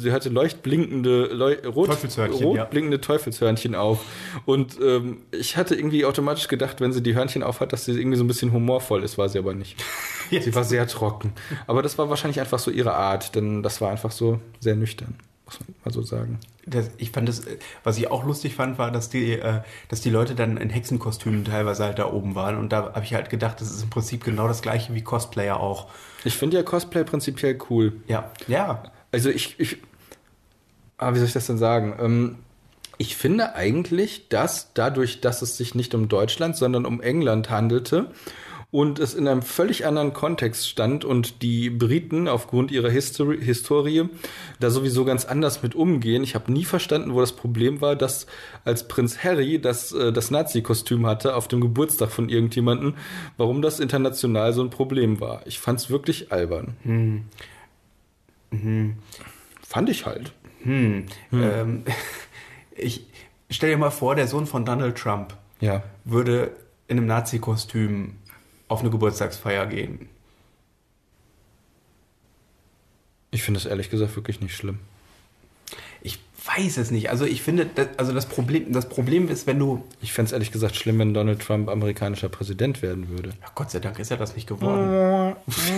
rotblinkende Teufelshörnchen auf. Und ich hatte irgendwie automatisch gedacht, wenn sie die Hörnchen auf hat, dass sie irgendwie so ein bisschen humorvoll ist, war sie aber nicht. Sie war sehr trocken. Aber das war wahrscheinlich einfach so ihre Art, denn das war einfach so sehr nüchtern, muss man mal so sagen. Ich fand das, was ich auch lustig fand, war, dass die Leute dann in Hexenkostümen teilweise halt da oben waren. Und da habe ich halt gedacht, das ist im Prinzip genau das Gleiche wie Cosplayer auch. Ich finde ja Cosplay prinzipiell cool. Ja. Also wie soll ich das denn sagen? Ich finde eigentlich, dass dadurch, dass es sich nicht um Deutschland, sondern um England handelte und es in einem völlig anderen Kontext stand und die Briten aufgrund ihrer Historie da sowieso ganz anders mit umgehen. Ich habe nie verstanden, wo das Problem war, dass als Prinz Harry das Nazi-Kostüm hatte auf dem Geburtstag von irgendjemandem, warum das international so ein Problem war. Ich fand es wirklich albern. Fand ich halt. Ich stell dir mal vor, der Sohn von Donald Trump würde in einem Nazi-Kostüm auf eine Geburtstagsfeier gehen. Ich finde es ehrlich gesagt wirklich nicht schlimm. Ich weiß es nicht. Also ich finde, das Problem ist, wenn du... Ich fände es ehrlich gesagt schlimm, wenn Donald Trump amerikanischer Präsident werden würde. Ach, Gott sei Dank ist er das nicht geworden.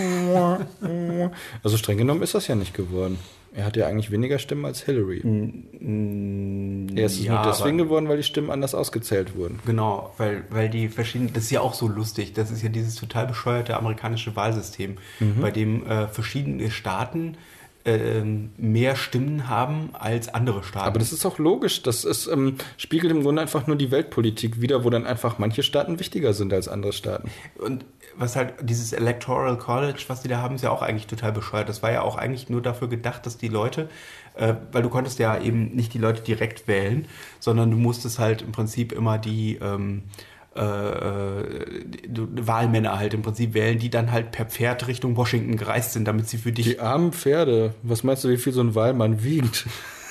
Also streng genommen ist das ja nicht geworden. Er hat ja eigentlich weniger Stimmen als Hillary. Er ist nur deswegen geworden, weil die Stimmen anders ausgezählt wurden. Genau, weil die verschiedenen... Das ist ja auch so lustig. Das ist ja dieses total bescheuerte amerikanische Wahlsystem, bei dem verschiedene Staaten mehr Stimmen haben als andere Staaten. Aber das ist auch logisch. Das spiegelt im Grunde einfach nur die Weltpolitik wider, wo dann einfach manche Staaten wichtiger sind als andere Staaten. Und was halt dieses Electoral College, was die da haben, ist ja auch eigentlich total bescheuert. Das war ja auch eigentlich nur dafür gedacht, dass die Leute, weil du konntest ja eben nicht die Leute direkt wählen, sondern du musstest halt im Prinzip immer die Wahlmänner halt im Prinzip wählen, die dann halt per Pferd Richtung Washington gereist sind, damit sie für dich... Die armen Pferde. Was meinst du, wie viel so ein Wahlmann wiegt?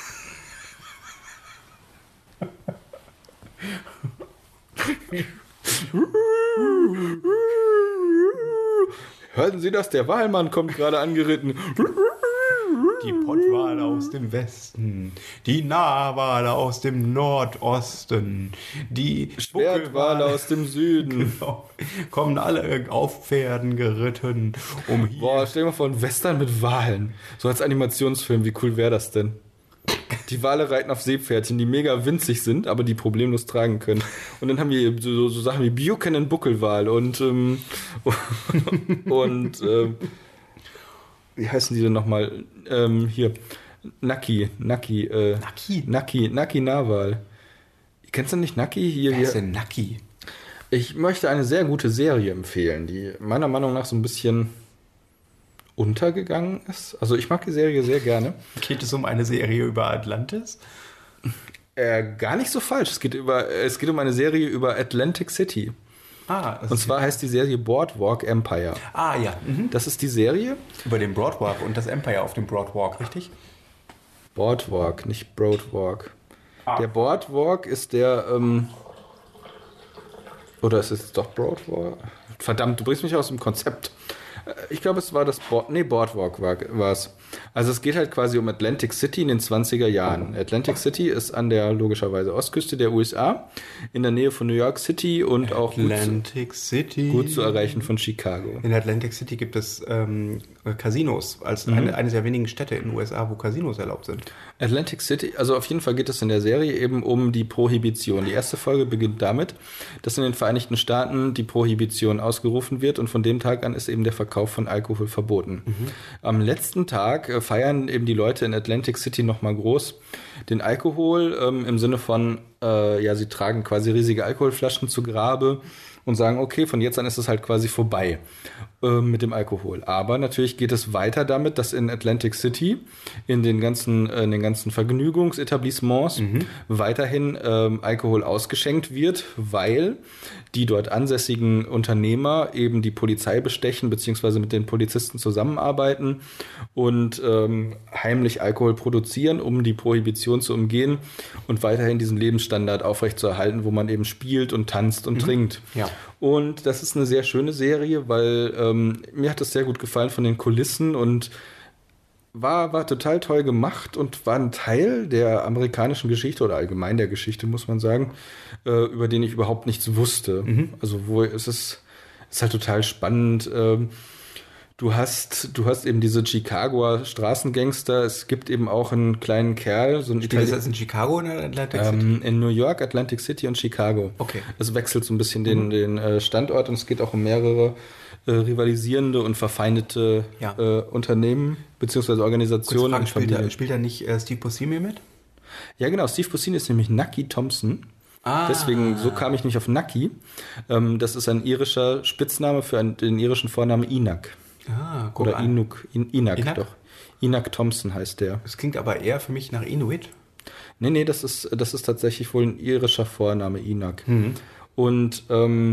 Hörten Sie das? Der Wahlmann kommt gerade angeritten. Die Pottwale aus dem Westen, die Narwale aus dem Nordosten, die Schwertwale aus dem Süden. Genau, kommen alle auf Pferden geritten. Boah, stell dir mal vor, ein Western mit Walen. So als Animationsfilm, wie cool wäre das denn? Die Wale reiten auf Seepferdchen, die mega winzig sind, aber die problemlos tragen können. Und dann haben wir so Sachen wie Buchanan Buckelwal und wie heißen die denn nochmal? Hier, Naki Narwal. Kennst du nicht Naki? Hier, wer ist denn Naki? Ich möchte eine sehr gute Serie empfehlen, die meiner Meinung nach so ein bisschen untergegangen ist. Also ich mag die Serie sehr gerne. Geht es um eine Serie über Atlantis? Gar nicht so falsch. Es geht um eine Serie über Atlantic City. Und zwar heißt die Serie Boardwalk Empire. Ah, ja. Das ist die Serie. Über den Boardwalk und das Empire auf dem Boardwalk, richtig? Boardwalk, nicht Broadwalk. Der Boardwalk ist der, oder ist es doch Broadwalk? Verdammt, du bringst mich aus dem Konzept. Ich glaube, es war das Boardwalk war es. Also es geht halt quasi um Atlantic City in den 20er Jahren. Atlantic City ist an der logischerweise Ostküste der USA, in der Nähe von New York City und auch gut zu erreichen von Chicago. In Atlantic City gibt es Casinos, als eine der wenigen Städte in den USA, wo Casinos erlaubt sind. Atlantic City, also auf jeden Fall geht es in der Serie eben um die Prohibition. Die erste Folge beginnt damit, dass in den Vereinigten Staaten die Prohibition ausgerufen wird und von dem Tag an ist eben der Verkauf von Alkohol verboten. Am letzten Tag feiern eben die Leute in Atlantic City nochmal groß den Alkohol im Sinne von, sie tragen quasi riesige Alkoholflaschen zu Grabe und sagen, okay, von jetzt an ist es halt quasi vorbei mit dem Alkohol. Aber natürlich geht es weiter damit, dass in Atlantic City in den ganzen Vergnügungsetablissements weiterhin Alkohol ausgeschenkt wird, weil die dort ansässigen Unternehmer eben die Polizei bestechen beziehungsweise mit den Polizisten zusammenarbeiten und heimlich Alkohol produzieren, um die Prohibition zu umgehen und weiterhin diesen Lebensstandard aufrechtzuerhalten, wo man eben spielt und tanzt und trinkt. Ja. Und das ist eine sehr schöne Serie, weil mir hat das sehr gut gefallen von den Kulissen und war total toll gemacht und war ein Teil der amerikanischen Geschichte oder allgemein der Geschichte, muss man sagen, über den ich überhaupt nichts wusste. Also es ist halt total spannend. Du hast eben diese Chicagoer Straßengangster. Es gibt eben auch einen kleinen Kerl. So Spielt das in Chicago oder in Atlantic City? In New York, Atlantic City und Chicago. Okay. Es wechselt so ein bisschen den Standort und es geht auch um mehrere rivalisierende und verfeindete Unternehmen bzw. Organisationen. Spielt da nicht Steve Buscemi mit? Ja, genau. Steve Buscemi ist nämlich Nucky Thompson. Deswegen, so kam ich nicht auf Nucky. Das ist ein irischer Spitzname für den irischen Vornamen Inak. Guck Oder an. Inak, doch. Inak Thompson heißt der. Das klingt aber eher für mich nach Inuit. Nee, das ist tatsächlich wohl ein irischer Vorname, Inak. Und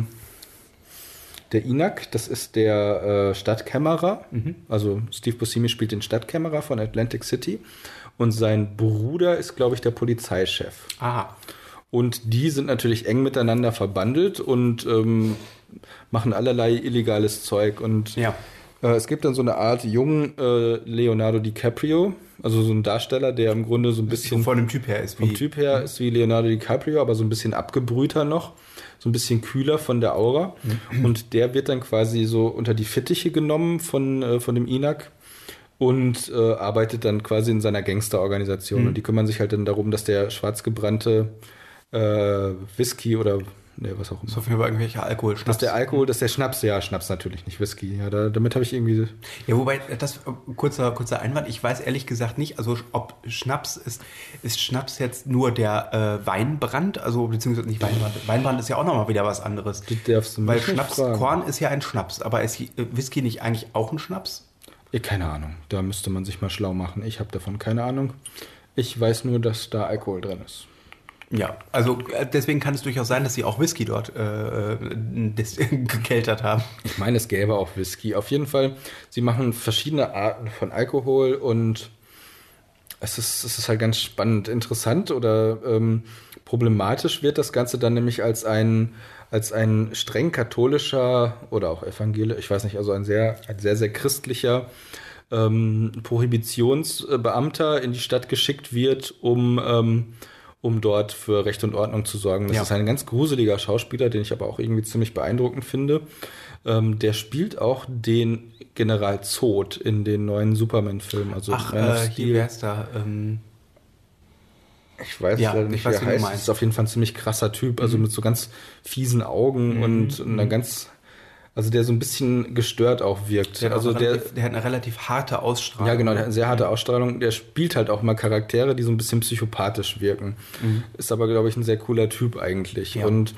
der Inak, das ist der Stadtkämmerer. Also Steve Buscemi spielt den Stadtkämmerer von Atlantic City. Und sein Bruder ist, glaube ich, der Polizeichef. Aha. Und die sind natürlich eng miteinander verbandelt und machen allerlei illegales Zeug. Und es gibt dann so eine Art jungen Leonardo DiCaprio, also so ein Darsteller, der im Grunde so ein bisschen... Von dem Typ her ist Vom Typ her ist wie Leonardo DiCaprio, aber so ein bisschen abgebrühter noch, so ein bisschen kühler von der Aura. Und der wird dann quasi so unter die Fittiche genommen von dem Inak und arbeitet dann quasi in seiner Gangsterorganisation. Und die kümmern sich halt dann darum, dass der schwarzgebrannte Whisky oder was auch immer. So viel über irgendwelche Alkohol, Schnaps. Dass der Schnaps, ja, Schnaps natürlich, nicht Whisky. Ja, damit habe ich irgendwie... Ja, wobei, das kurzer Einwand, ich weiß ehrlich gesagt nicht, also ob Schnaps ist Schnaps jetzt nur der Weinbrand, also beziehungsweise nicht Weinbrand. Weinbrand ist ja auch nochmal wieder was anderes. Weil Korn ist ja ein Schnaps, aber ist Whisky nicht eigentlich auch ein Schnaps? Keine Ahnung, da müsste man sich mal schlau machen. Ich habe davon keine Ahnung. Ich weiß nur, dass da Alkohol drin ist. Ja, also deswegen kann es durchaus sein, dass sie auch Whisky dort gekeltert haben. Ich meine, es gäbe auch Whisky. Auf jeden Fall, sie machen verschiedene Arten von Alkohol und es ist halt ganz spannend. Interessant oder problematisch wird das Ganze dann nämlich als ein streng katholischer oder auch evangelisch, ich weiß nicht, also ein sehr, sehr christlicher Prohibitionsbeamter in die Stadt geschickt wird, um dort für Recht und Ordnung zu sorgen. Das ist ein ganz gruseliger Schauspieler, den ich aber auch irgendwie ziemlich beeindruckend finde. Der spielt auch den General Zod in den neuen Superman-Filmen. Also hier wär's da. Ich weiß leider nicht, wie er heißt. Das ist auf jeden Fall ein ziemlich krasser Typ, also mit so ganz fiesen Augen und einer ganz... Also der so ein bisschen gestört auch wirkt. Der hat eine relativ harte Ausstrahlung. Ja, genau, der hat eine sehr harte Ausstrahlung. Der spielt halt auch mal Charaktere, die so ein bisschen psychopathisch wirken. Ist aber, glaube ich, ein sehr cooler Typ eigentlich. Ja. Und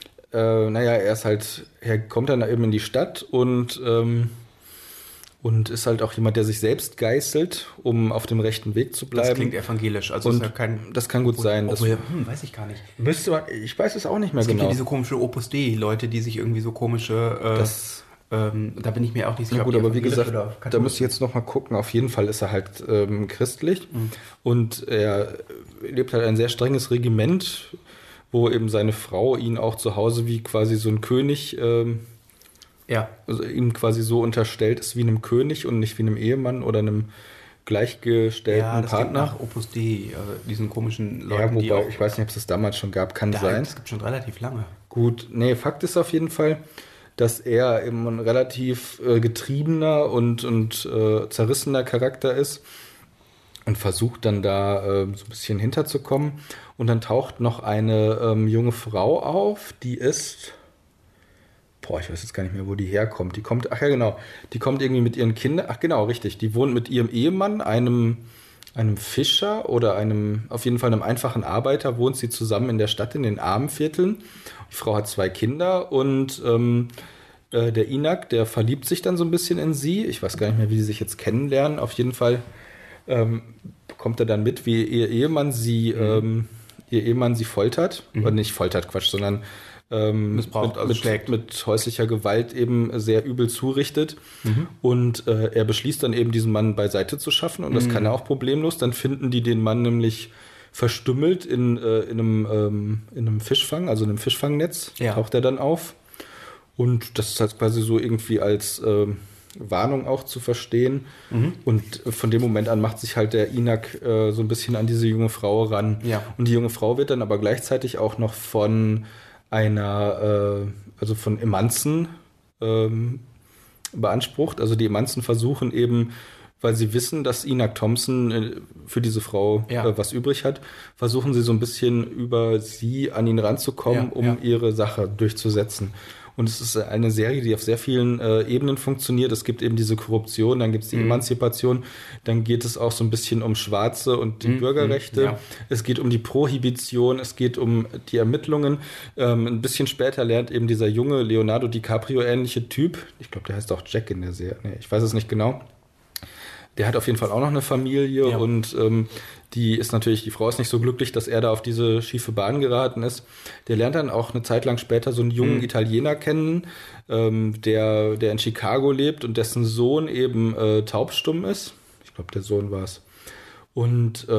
er kommt dann eben in die Stadt und ist halt auch jemand, der sich selbst geißelt, um auf dem rechten Weg zu bleiben. Das klingt evangelisch. Also und ist ja kein, das kann gut sein. Weiß ich gar nicht. Ich weiß es auch nicht mehr genau. Es gibt genau. ja diese komische Opus Dei, Leute, die sich irgendwie so komische... da bin ich mir auch nicht sicher. Na gut, aber wie gesagt, da müsste ich jetzt noch mal gucken. Auf jeden Fall ist er halt christlich und er lebt halt ein sehr strenges Regiment, wo eben seine Frau ihn auch zu Hause wie quasi so ein König... also ihm quasi so unterstellt ist wie einem König und nicht wie einem Ehemann oder einem gleichgestellten Partner. Nach Opus Dei, diesen komischen Leuten, ja, wobei, ich weiß nicht, ob es das damals schon gab, kann sein. Das gibt schon relativ lange. Gut, Fakt ist auf jeden Fall, dass er eben ein relativ getriebener und zerrissener Charakter ist und versucht dann da so ein bisschen hinterzukommen. Und dann taucht noch eine junge Frau auf, die ist... ich weiß jetzt gar nicht mehr, wo die herkommt. Die kommt irgendwie mit ihren Kindern. Ach genau, richtig. Die wohnt mit ihrem Ehemann, einem Fischer oder auf jeden Fall einem einfachen Arbeiter, wohnt sie zusammen in der Stadt in den Armenvierteln. Die Frau hat 2 Kinder und der Inak, der verliebt sich dann so ein bisschen in sie. Ich weiß gar nicht mehr, wie sie sich jetzt kennenlernen. Auf jeden Fall bekommt er dann mit, wie ihr Ehemann sie foltert. Oder nicht foltert, Quatsch, sondern missbraucht, mit häuslicher Gewalt eben sehr übel zurichtet. Und er beschließt dann eben, diesen Mann beiseite zu schaffen und das kann er auch problemlos. Dann finden die den Mann nämlich verstümmelt in einem Fischfang, also in einem Fischfangnetz, taucht er dann auf. Und das ist halt quasi so irgendwie als Warnung auch zu verstehen. Und von dem Moment an macht sich halt der Inak so ein bisschen an diese junge Frau ran. Ja. Und die junge Frau wird dann aber gleichzeitig auch noch von von Emanzen beansprucht. Also die Emanzen versuchen eben, weil sie wissen, dass Inak Thompson für diese Frau was übrig hat, versuchen sie so ein bisschen über sie an ihn ranzukommen, um ihre Sache durchzusetzen. Und es ist eine Serie, die auf sehr vielen Ebenen funktioniert. Es gibt eben diese Korruption, dann gibt es die Emanzipation, dann geht es auch so ein bisschen um Schwarze und die Bürgerrechte. Ja. Es geht um die Prohibition, es geht um die Ermittlungen. Ein bisschen später lernt eben dieser junge Leonardo DiCaprio-ähnliche Typ, ich glaube, der heißt auch Jack in der Serie, nee, ich weiß es nicht genau. Der hat auf jeden Fall auch noch eine Familie und die Frau ist nicht so glücklich, dass er da auf diese schiefe Bahn geraten ist. Der lernt dann auch eine Zeit lang später so einen jungen Italiener kennen, der in Chicago lebt und dessen Sohn eben taubstumm ist. Ich glaube, der Sohn war es. Und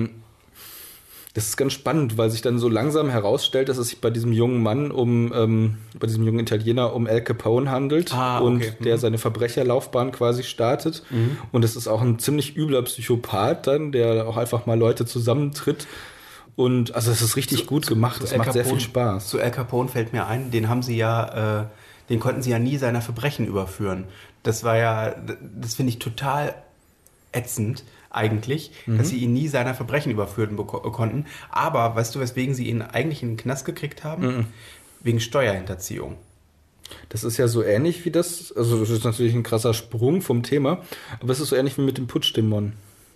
das ist ganz spannend, weil sich dann so langsam herausstellt, dass es sich bei diesem jungen Mann bei diesem jungen Italiener um Al Capone handelt und der seine Verbrecherlaufbahn quasi startet. Und es ist auch ein ziemlich übler Psychopath dann, der auch einfach mal Leute zusammentritt. Und also es ist richtig gut gemacht. Es macht sehr viel Spaß. Zu Al Capone fällt mir ein, den konnten sie ja nie seiner Verbrechen überführen. Das finde ich total ätzend eigentlich, dass sie ihn nie seiner Verbrechen überführen konnten. Aber weißt du, weswegen sie ihn eigentlich in den Knast gekriegt haben? Wegen Steuerhinterziehung. Das ist ja so ähnlich wie das, also das ist natürlich ein krasser Sprung vom Thema, aber es ist so ähnlich wie mit dem Putschdämon.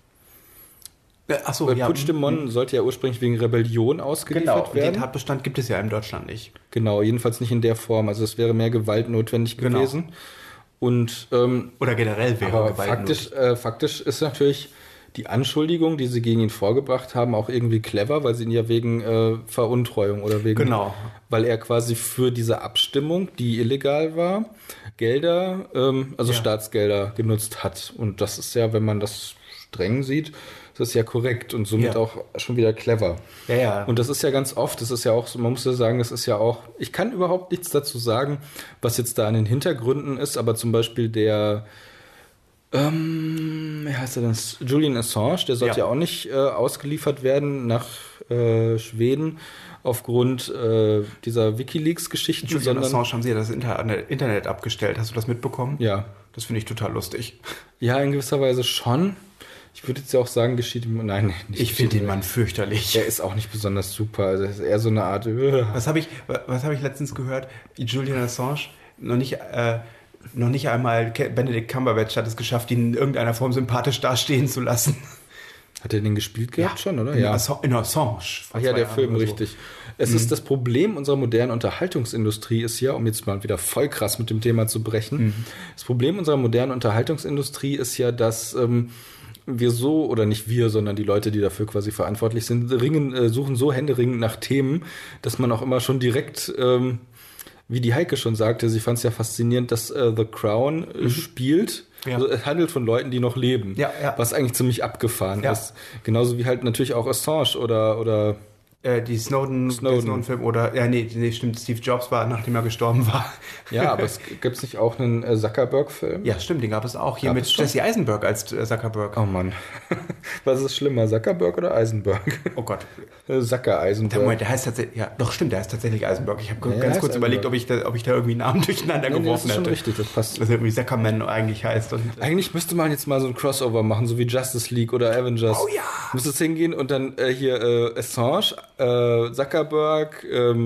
Achso, Weil Putschdämon sollte ja ursprünglich wegen Rebellion ausgeliefert werden. Den Tatbestand gibt es ja in Deutschland nicht. Genau, jedenfalls nicht in der Form. Also es wäre mehr Gewalt notwendig gewesen. Und, oder generell wäre aber Gewalt faktisch ist natürlich die Anschuldigung, die sie gegen ihn vorgebracht haben, auch irgendwie clever, weil sie ihn ja wegen Veruntreuung oder wegen, weil er quasi für diese Abstimmung, die illegal war, Gelder, Staatsgelder genutzt hat. Und das ist ja, wenn man das streng sieht, das ist ja korrekt und somit auch schon wieder clever. Ja. Und das ist ja ganz oft, das ist ja auch so, man muss ja sagen, das ist ja auch, ich kann überhaupt nichts dazu sagen, was jetzt da an den Hintergründen ist, aber zum Beispiel der wie heißt er denn? Julian Assange, der sollte ja auch nicht ausgeliefert werden nach Schweden aufgrund dieser WikiLeaks-Geschichten. Julian Assange haben sie ja das Internet abgestellt. Hast du das mitbekommen? Ja. Das finde ich total lustig. Ja, in gewisser Weise schon. Ich würde jetzt ja auch sagen, geschieht ihm... Nein, nicht. Ich finde den Mann fürchterlich. Der ist auch nicht besonders super. Also das ist eher so eine Art... Was habe ich letztens gehört? Julian Assange noch nicht einmal Benedict Cumberbatch hat es geschafft, ihn in irgendeiner Form sympathisch dastehen zu lassen. Hat er den gespielt gehabt schon, oder? In Assange. Ach ja, der Film, richtig. Es ist das Problem unserer modernen Unterhaltungsindustrie ist ja, um jetzt mal wieder voll krass mit dem Thema zu brechen, das Problem unserer modernen Unterhaltungsindustrie ist ja, dass wir so, oder nicht wir, sondern die Leute, die dafür quasi verantwortlich sind, suchen so händeringend nach Themen, dass man auch immer schon direkt... wie die Heike schon sagte, sie fand es ja faszinierend, dass The Crown spielt. Ja. Also es handelt von Leuten, die noch leben. Ja. Was eigentlich ziemlich abgefahren ist. Genauso wie halt natürlich auch Assange oder die Snowden-Film oder, stimmt, Steve Jobs war, nachdem er gestorben war. Ja, aber es gibt nicht auch einen Zuckerberg-Film? Ja, stimmt, den gab es auch. Hier mit Jesse Eisenberg als Zuckerberg. Oh Mann. Was ist schlimmer, Zuckerberg oder Eisenberg? Oh Gott. Eisenberg. Moment, der heißt tatsächlich, ja, doch stimmt, der heißt tatsächlich Eisenberg. Ich habe ganz kurz überlegt, ob ich da irgendwie einen Namen durcheinander geworfen hätte. Das ist schon richtig, das passt. Was irgendwie Zuckerman eigentlich heißt. Eigentlich müsste man jetzt mal so ein Crossover machen, so wie Justice League oder Avengers. Oh ja! Müsste es hingehen und dann hier Assange, Zuckerberg,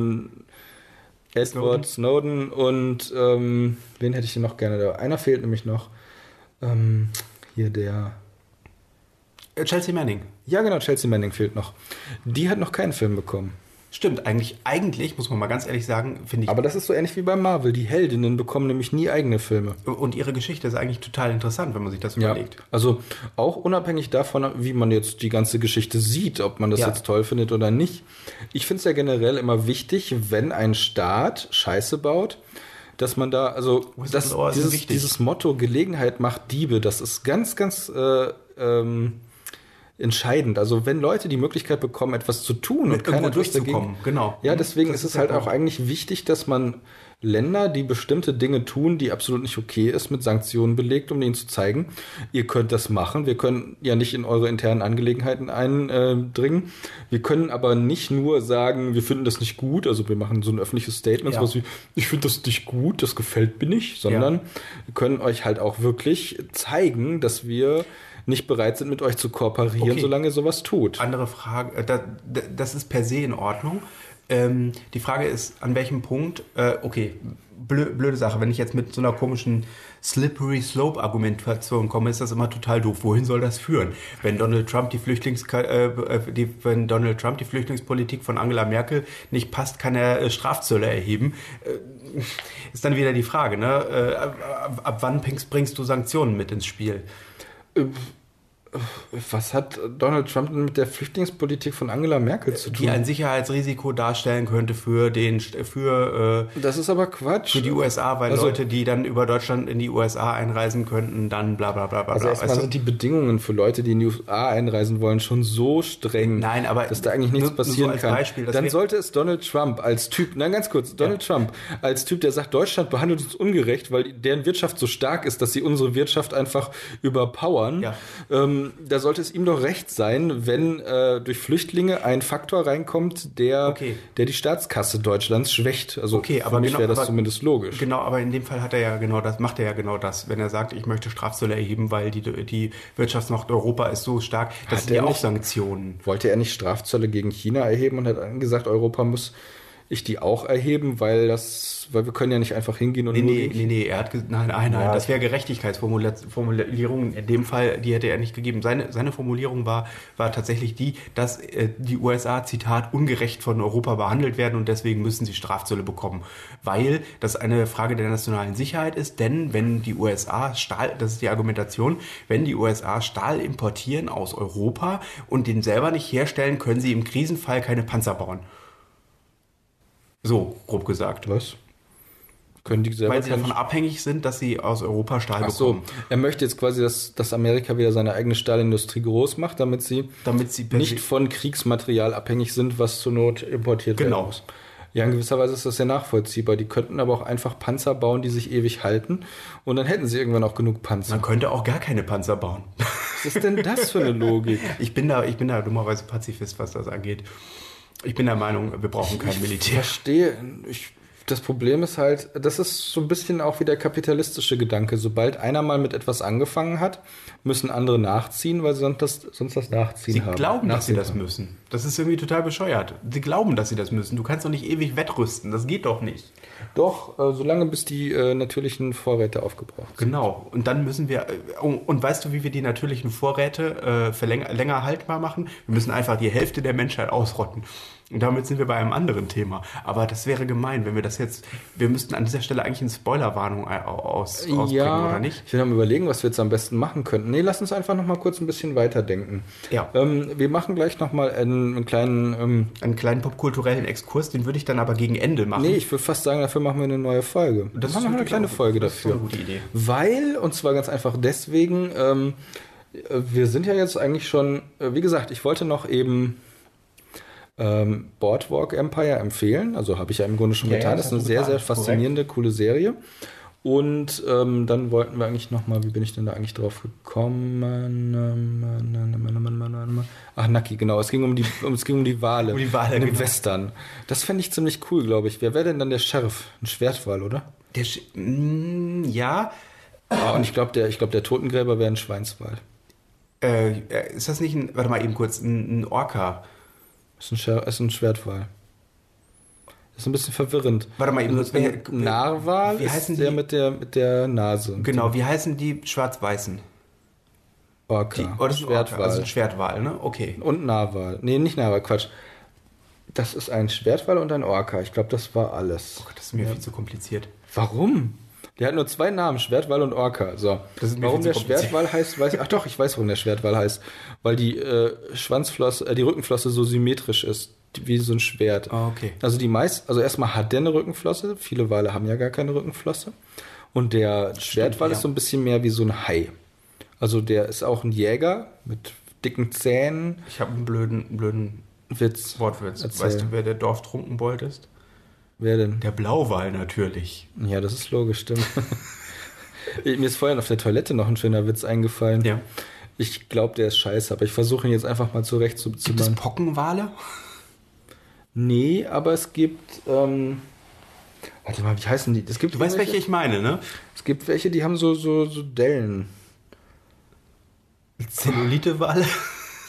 Edward Snowden und wen hätte ich denn noch gerne da? Einer fehlt nämlich noch. Hier der... Chelsea Manning. Ja, genau, Chelsea Manning fehlt noch. Die hat noch keinen Film bekommen. Stimmt, eigentlich, muss man mal ganz ehrlich sagen, finde ich... Aber das ist so ähnlich wie bei Marvel. Die Heldinnen bekommen nämlich nie eigene Filme. Und ihre Geschichte ist eigentlich total interessant, wenn man sich das überlegt. Also auch unabhängig davon, wie man jetzt die ganze Geschichte sieht, ob man das jetzt toll findet oder nicht. Ich finde es ja generell immer wichtig, wenn ein Staat Scheiße baut, dass man da, also dieses Motto Gelegenheit macht Diebe, das ist ganz, ganz entscheidend. Also wenn Leute die Möglichkeit bekommen, etwas zu tun und keiner durchzukommen, genau. Ja, deswegen ist es halt auch eigentlich wichtig, dass man Länder, die bestimmte Dinge tun, die absolut nicht okay ist, mit Sanktionen belegt, um ihnen zu zeigen, ihr könnt das machen. Wir können ja nicht in eure internen Angelegenheiten eindringen. Wir können aber nicht nur sagen, wir finden das nicht gut, also wir machen so ein öffentliches Statement, sowas wie, ich finde das nicht gut, das gefällt mir nicht, sondern wir können euch halt auch wirklich zeigen, dass wir nicht bereit sind, mit euch zu kooperieren, solange ihr sowas tut. Andere Frage, das ist per se in Ordnung. Die Frage ist, an welchem Punkt, blöde Sache. Wenn ich jetzt mit so einer komischen Slippery Slope Argumentation komme, ist das immer total doof. Wohin soll das führen? Wenn Donald Trump die Flüchtlingspolitik von Angela Merkel nicht passt, kann er Strafzölle erheben. Ist dann wieder die Frage, ne? Ab wann bringst du Sanktionen mit ins Spiel? Was hat Donald Trump denn mit der Flüchtlingspolitik von Angela Merkel zu tun? Die ein Sicherheitsrisiko darstellen könnte das ist aber Quatsch. Für die USA, weil Leute, die dann über Deutschland in die USA einreisen könnten, dann bla bla bla bla. Also erstmal sind die Bedingungen für Leute, die in die USA einreisen wollen, schon so streng, nein, aber dass da eigentlich nichts passieren kann. Beispiel, dann sollte es Donald Trump als Typ, ganz kurz, Donald Trump als Typ, der sagt, Deutschland behandelt uns ungerecht, weil deren Wirtschaft so stark ist, dass sie unsere Wirtschaft einfach überpowern. Ja. Da sollte es ihm doch recht sein, wenn durch Flüchtlinge ein Faktor reinkommt, der die Staatskasse Deutschlands schwächt. Also für mich wäre das zumindest logisch. Genau, aber in dem Fall macht er ja genau das. Wenn er sagt, ich möchte Strafzölle erheben, weil die Wirtschaftsmacht Europa ist so stark, das sind ja auch Sanktionen. Wollte er nicht Strafzölle gegen China erheben und hat gesagt, Europa muss ich die auch erheben, weil wir können ja nicht einfach hingehen und Nee, er hat nein, das wäre Gerechtigkeitsformulierung. In dem Fall, die hätte er nicht gegeben. Seine Formulierung war tatsächlich die, dass die USA, Zitat, ungerecht von Europa behandelt werden und deswegen müssen sie Strafzölle bekommen. Weil das eine Frage der nationalen Sicherheit ist, denn wenn die USA das ist die Argumentation, wenn die USA Stahl importieren aus Europa und den selber nicht herstellen, können sie im Krisenfall keine Panzer bauen. So, grob gesagt. Was? Können die selber weil sie davon abhängig sind, dass sie aus Europa Stahl bekommen. Er möchte jetzt quasi, dass Amerika wieder seine eigene Stahlindustrie groß macht, damit sie nicht von Kriegsmaterial abhängig sind, was zur Not importiert werden muss. Ja, in gewisser Weise ist das ja nachvollziehbar. Die könnten aber auch einfach Panzer bauen, die sich ewig halten und dann hätten sie irgendwann auch genug Panzer. Man könnte auch gar keine Panzer bauen. Was ist denn das für eine Logik? Ich bin da dummerweise Pazifist, was das angeht. Ich bin der Meinung, wir brauchen kein Militär. Ich verstehe. Das Problem ist halt, das ist so ein bisschen auch wie der kapitalistische Gedanke. Sobald einer mal mit etwas angefangen hat, müssen andere nachziehen, weil sie sonst das Nachziehen haben. Sie glauben, dass sie das müssen. Das ist irgendwie total bescheuert. Sie glauben, dass sie das müssen. Du kannst doch nicht ewig wettrüsten. Das geht doch nicht. Doch, solange bis die natürlichen Vorräte aufgebraucht sind. Genau. Und dann müssen wir, und weißt du, wie wir die natürlichen Vorräte länger haltbar machen? Wir müssen einfach die Hälfte der Menschheit ausrotten. Und damit sind wir bei einem anderen Thema. Aber das wäre gemein, wenn wir wir müssten an dieser Stelle eigentlich eine Spoilerwarnung ausbringen, oder nicht? Ich will mal überlegen, was wir jetzt am besten machen könnten. Nee, lass uns einfach noch mal kurz ein bisschen weiterdenken. Ja. Wir machen gleich noch mal einen kleinen popkulturellen Exkurs, den würde ich dann aber gegen Ende machen. Nee, ich würde fast sagen, dafür machen wir eine neue Folge. Das ist eine kleine Folge dafür. Das ist eine gute Idee. Weil, und zwar ganz einfach deswegen, wir sind ja jetzt eigentlich schon, wie gesagt, ich wollte noch eben Boardwalk Empire empfehlen. Also habe ich ja im Grunde schon getan. Das ist eine sehr, sehr faszinierende, coole Serie. Und dann wollten wir eigentlich nochmal, wie bin ich denn da eigentlich drauf gekommen? Ach, Naki, genau. Es ging um die Wale. In dem Western. Das fände ich ziemlich cool, glaube ich. Wer wäre denn dann der Sheriff? Ein Schwertwal, oder? Ja. Und ich glaube, der Totengräber wäre ein Schweinswal. Ist das nicht ein Orca? Ist ein Schwertwal. Das ist ein bisschen verwirrend. Warte mal eben. Narwal ist der mit der Nase. Genau, wie heißen die Schwarz-Weißen? Orca. Das ist Schwertwal. Also ein Schwertwal, ne? Okay. Und Narwal. Nee, nicht Narwal, Quatsch. Das ist ein Schwertwal und ein Orca. Ich glaube, das war alles. Oh Gott, das ist mir viel zu kompliziert. Warum? Der hat nur 2 Namen, Schwertwal und Orca. So. Warum der Schwertwal heißt, ich weiß, warum der Schwertwal heißt. Weil die die Rückenflosse so symmetrisch ist, wie so ein Schwert. Ah, okay. Also erstmal hat der eine Rückenflosse. Viele Wale haben ja gar keine Rückenflosse. Und der Schwertwal ist so ein bisschen mehr wie so ein Hai. Also der ist auch ein Jäger mit dicken Zähnen. Ich habe einen blöden Wortwitz. Erzähl. Weißt du, wer der Dorftrunkenbold ist? Wer denn? Der Blauwal natürlich. Ja, das ist logisch, stimmt. Mir ist vorhin auf der Toilette noch ein schöner Witz eingefallen. Ja. Ich glaube, der ist scheiße, aber ich versuche ihn jetzt einfach mal zurechtzuziehen. Gibt es Pockenwale? Nee, aber es gibt... warte mal, wie heißen die? Du weißt, welche ich meine, ne? Es gibt welche, die haben so Dellen. Zellulitewale?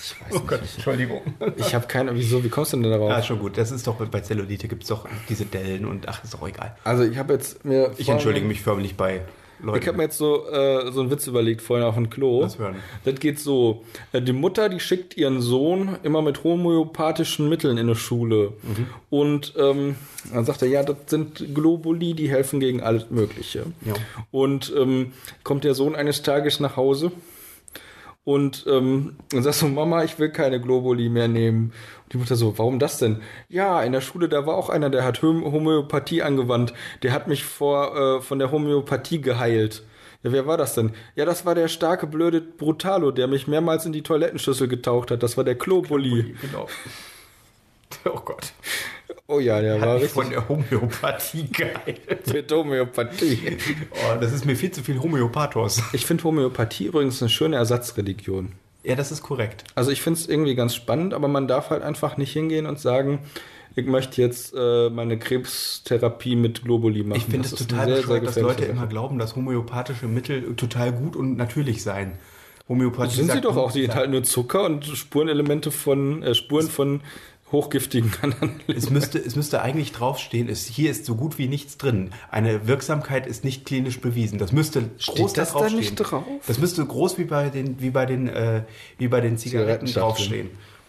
Ich weiß nicht. Entschuldigung. Ich habe keine, wieso, wie kommst du denn darauf? Ja, schon gut. Das ist doch, bei Zellulite gibt es doch diese Dellen und ach, ist doch egal. Also ich habe jetzt mir... Ich entschuldige mich förmlich bei Leuten. Ich habe mir jetzt so einen Witz überlegt, vorhin auf dem Klo. Lass hören. Das geht so. Die Mutter, die schickt ihren Sohn immer mit homöopathischen Mitteln in eine Schule. Und dann sagt er, ja, das sind Globuli, die helfen gegen alles Mögliche. Ja. Und kommt der Sohn eines Tages nach Hause und dann sagt so, Mama, ich will keine Globuli mehr nehmen. Und die Mutter so, warum das denn? Ja, in der Schule, da war auch einer, der hat Homöopathie angewandt. Der hat mich von der Homöopathie geheilt. Ja, wer war das denn? Ja, das war der starke, blöde Brutalo, der mich mehrmals in die Toilettenschüssel getaucht hat. Das war der Globuli. Genau. Oh Gott. Oh ja, der Hat war mich richtig von der Homöopathie geheilt. mit Homöopathie. Oh, das ist mir viel zu viel Homöopathos. Ich finde Homöopathie übrigens eine schöne Ersatzreligion. Ja, das ist korrekt. Also ich finde es irgendwie ganz spannend, aber man darf halt einfach nicht hingehen und sagen, ich möchte jetzt meine Krebstherapie mit Globuli machen. Ich finde es Das ist total eine bescheuert, dass gefährliche Leute immer Sache. glauben, dass homöopathische Mittel total gut und natürlich seien. Homöopathie Sind sie sagt doch nur- auch, die enthalten nur Zucker und Spurenelemente von Spuren von hochgiftigen anderen. Es müsste eigentlich draufstehen, hier ist so gut wie nichts drin. Eine Wirksamkeit ist nicht klinisch bewiesen. Das müsste groß das da draufstehen. nicht drauf? Das müsste groß wie bei den Zigaretten Zigarettenschachteln. draufstehen.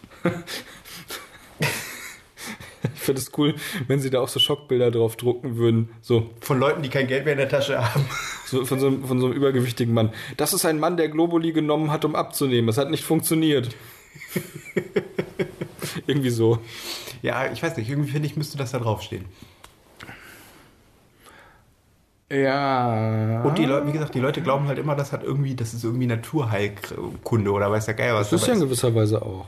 Ich finde es cool, wenn sie da auch so Schockbilder drauf drucken würden. So, Von Leuten, die kein Geld mehr in der Tasche haben. so von so einem übergewichtigen Mann. Das ist ein Mann, der Globuli genommen hat, um abzunehmen. Es hat nicht funktioniert. Irgendwie so. Ja, ich weiß nicht, irgendwie finde ich, müsste das da draufstehen. Ja. Und die Leute, wie gesagt, die Leute glauben halt immer, das ist irgendwie Naturheilkunde oder weiß der Geier was. Das ist ja dabei in gewisser Weise auch.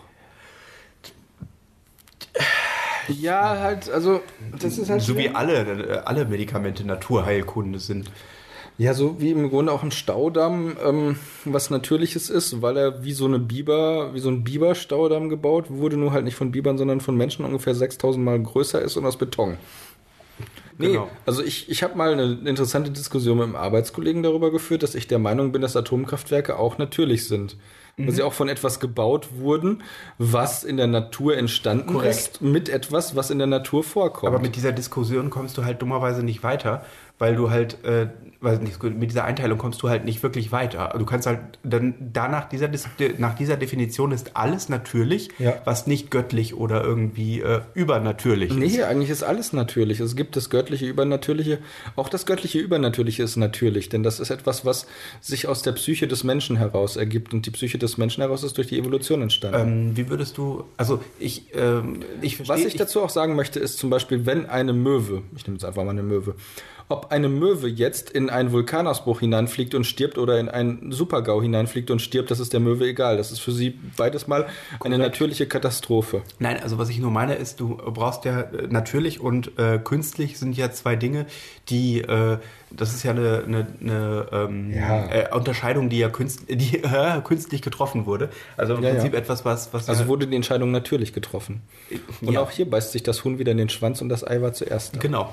Ja, halt, also, das ist halt so wie schwer. alle Medikamente Naturheilkunde sind. Ja, so wie im Grunde auch ein Staudamm, was Natürliches ist, weil er wie so ein Biberstaudamm gebaut wurde, nur halt nicht von Bibern, sondern von Menschen ungefähr 6000 Mal größer ist und aus Beton. Nee, Genau. also ich habe mal eine interessante Diskussion mit einem Arbeitskollegen darüber geführt, dass ich der Meinung bin, dass Atomkraftwerke auch natürlich sind. Weil sie auch von etwas gebaut wurden, was in der Natur entstanden Korrekt. ist, mit etwas, was in der Natur vorkommt. Aber mit dieser Diskussion kommst du halt dummerweise nicht weiter, weil du halt, mit dieser Einteilung kommst du halt nicht wirklich weiter. Du kannst halt dann nach dieser Definition ist alles natürlich, Ja. was nicht göttlich oder irgendwie übernatürlich ist. Nee, eigentlich ist alles natürlich. Es gibt das göttliche, übernatürliche. Auch das göttliche, übernatürliche ist natürlich, denn das ist etwas, was sich aus der Psyche des Menschen heraus ergibt. Und die Psyche des Menschen heraus ist durch die Evolution entstanden. Wie würdest du, also ich verstehe... Was ich dazu auch sagen möchte, ist zum Beispiel, wenn eine Möwe, ich nehme jetzt einfach mal eine Möwe, ob eine Möwe jetzt in einen Vulkanausbruch hineinfliegt und stirbt oder in einen Supergau hineinfliegt und stirbt, das ist der Möwe egal. Das ist für sie beides mal eine natürliche Katastrophe. Nein, also was ich nur meine ist, du brauchst ja natürlich und künstlich sind ja zwei Dinge, die, das ist ja eine Unterscheidung, die ja künstlich getroffen wurde. Also im Prinzip etwas, was Also ja, wurde die Entscheidung natürlich getroffen. Und ja. auch hier beißt sich das Huhn wieder in den Schwanz und das Ei war zuerst da. Genau.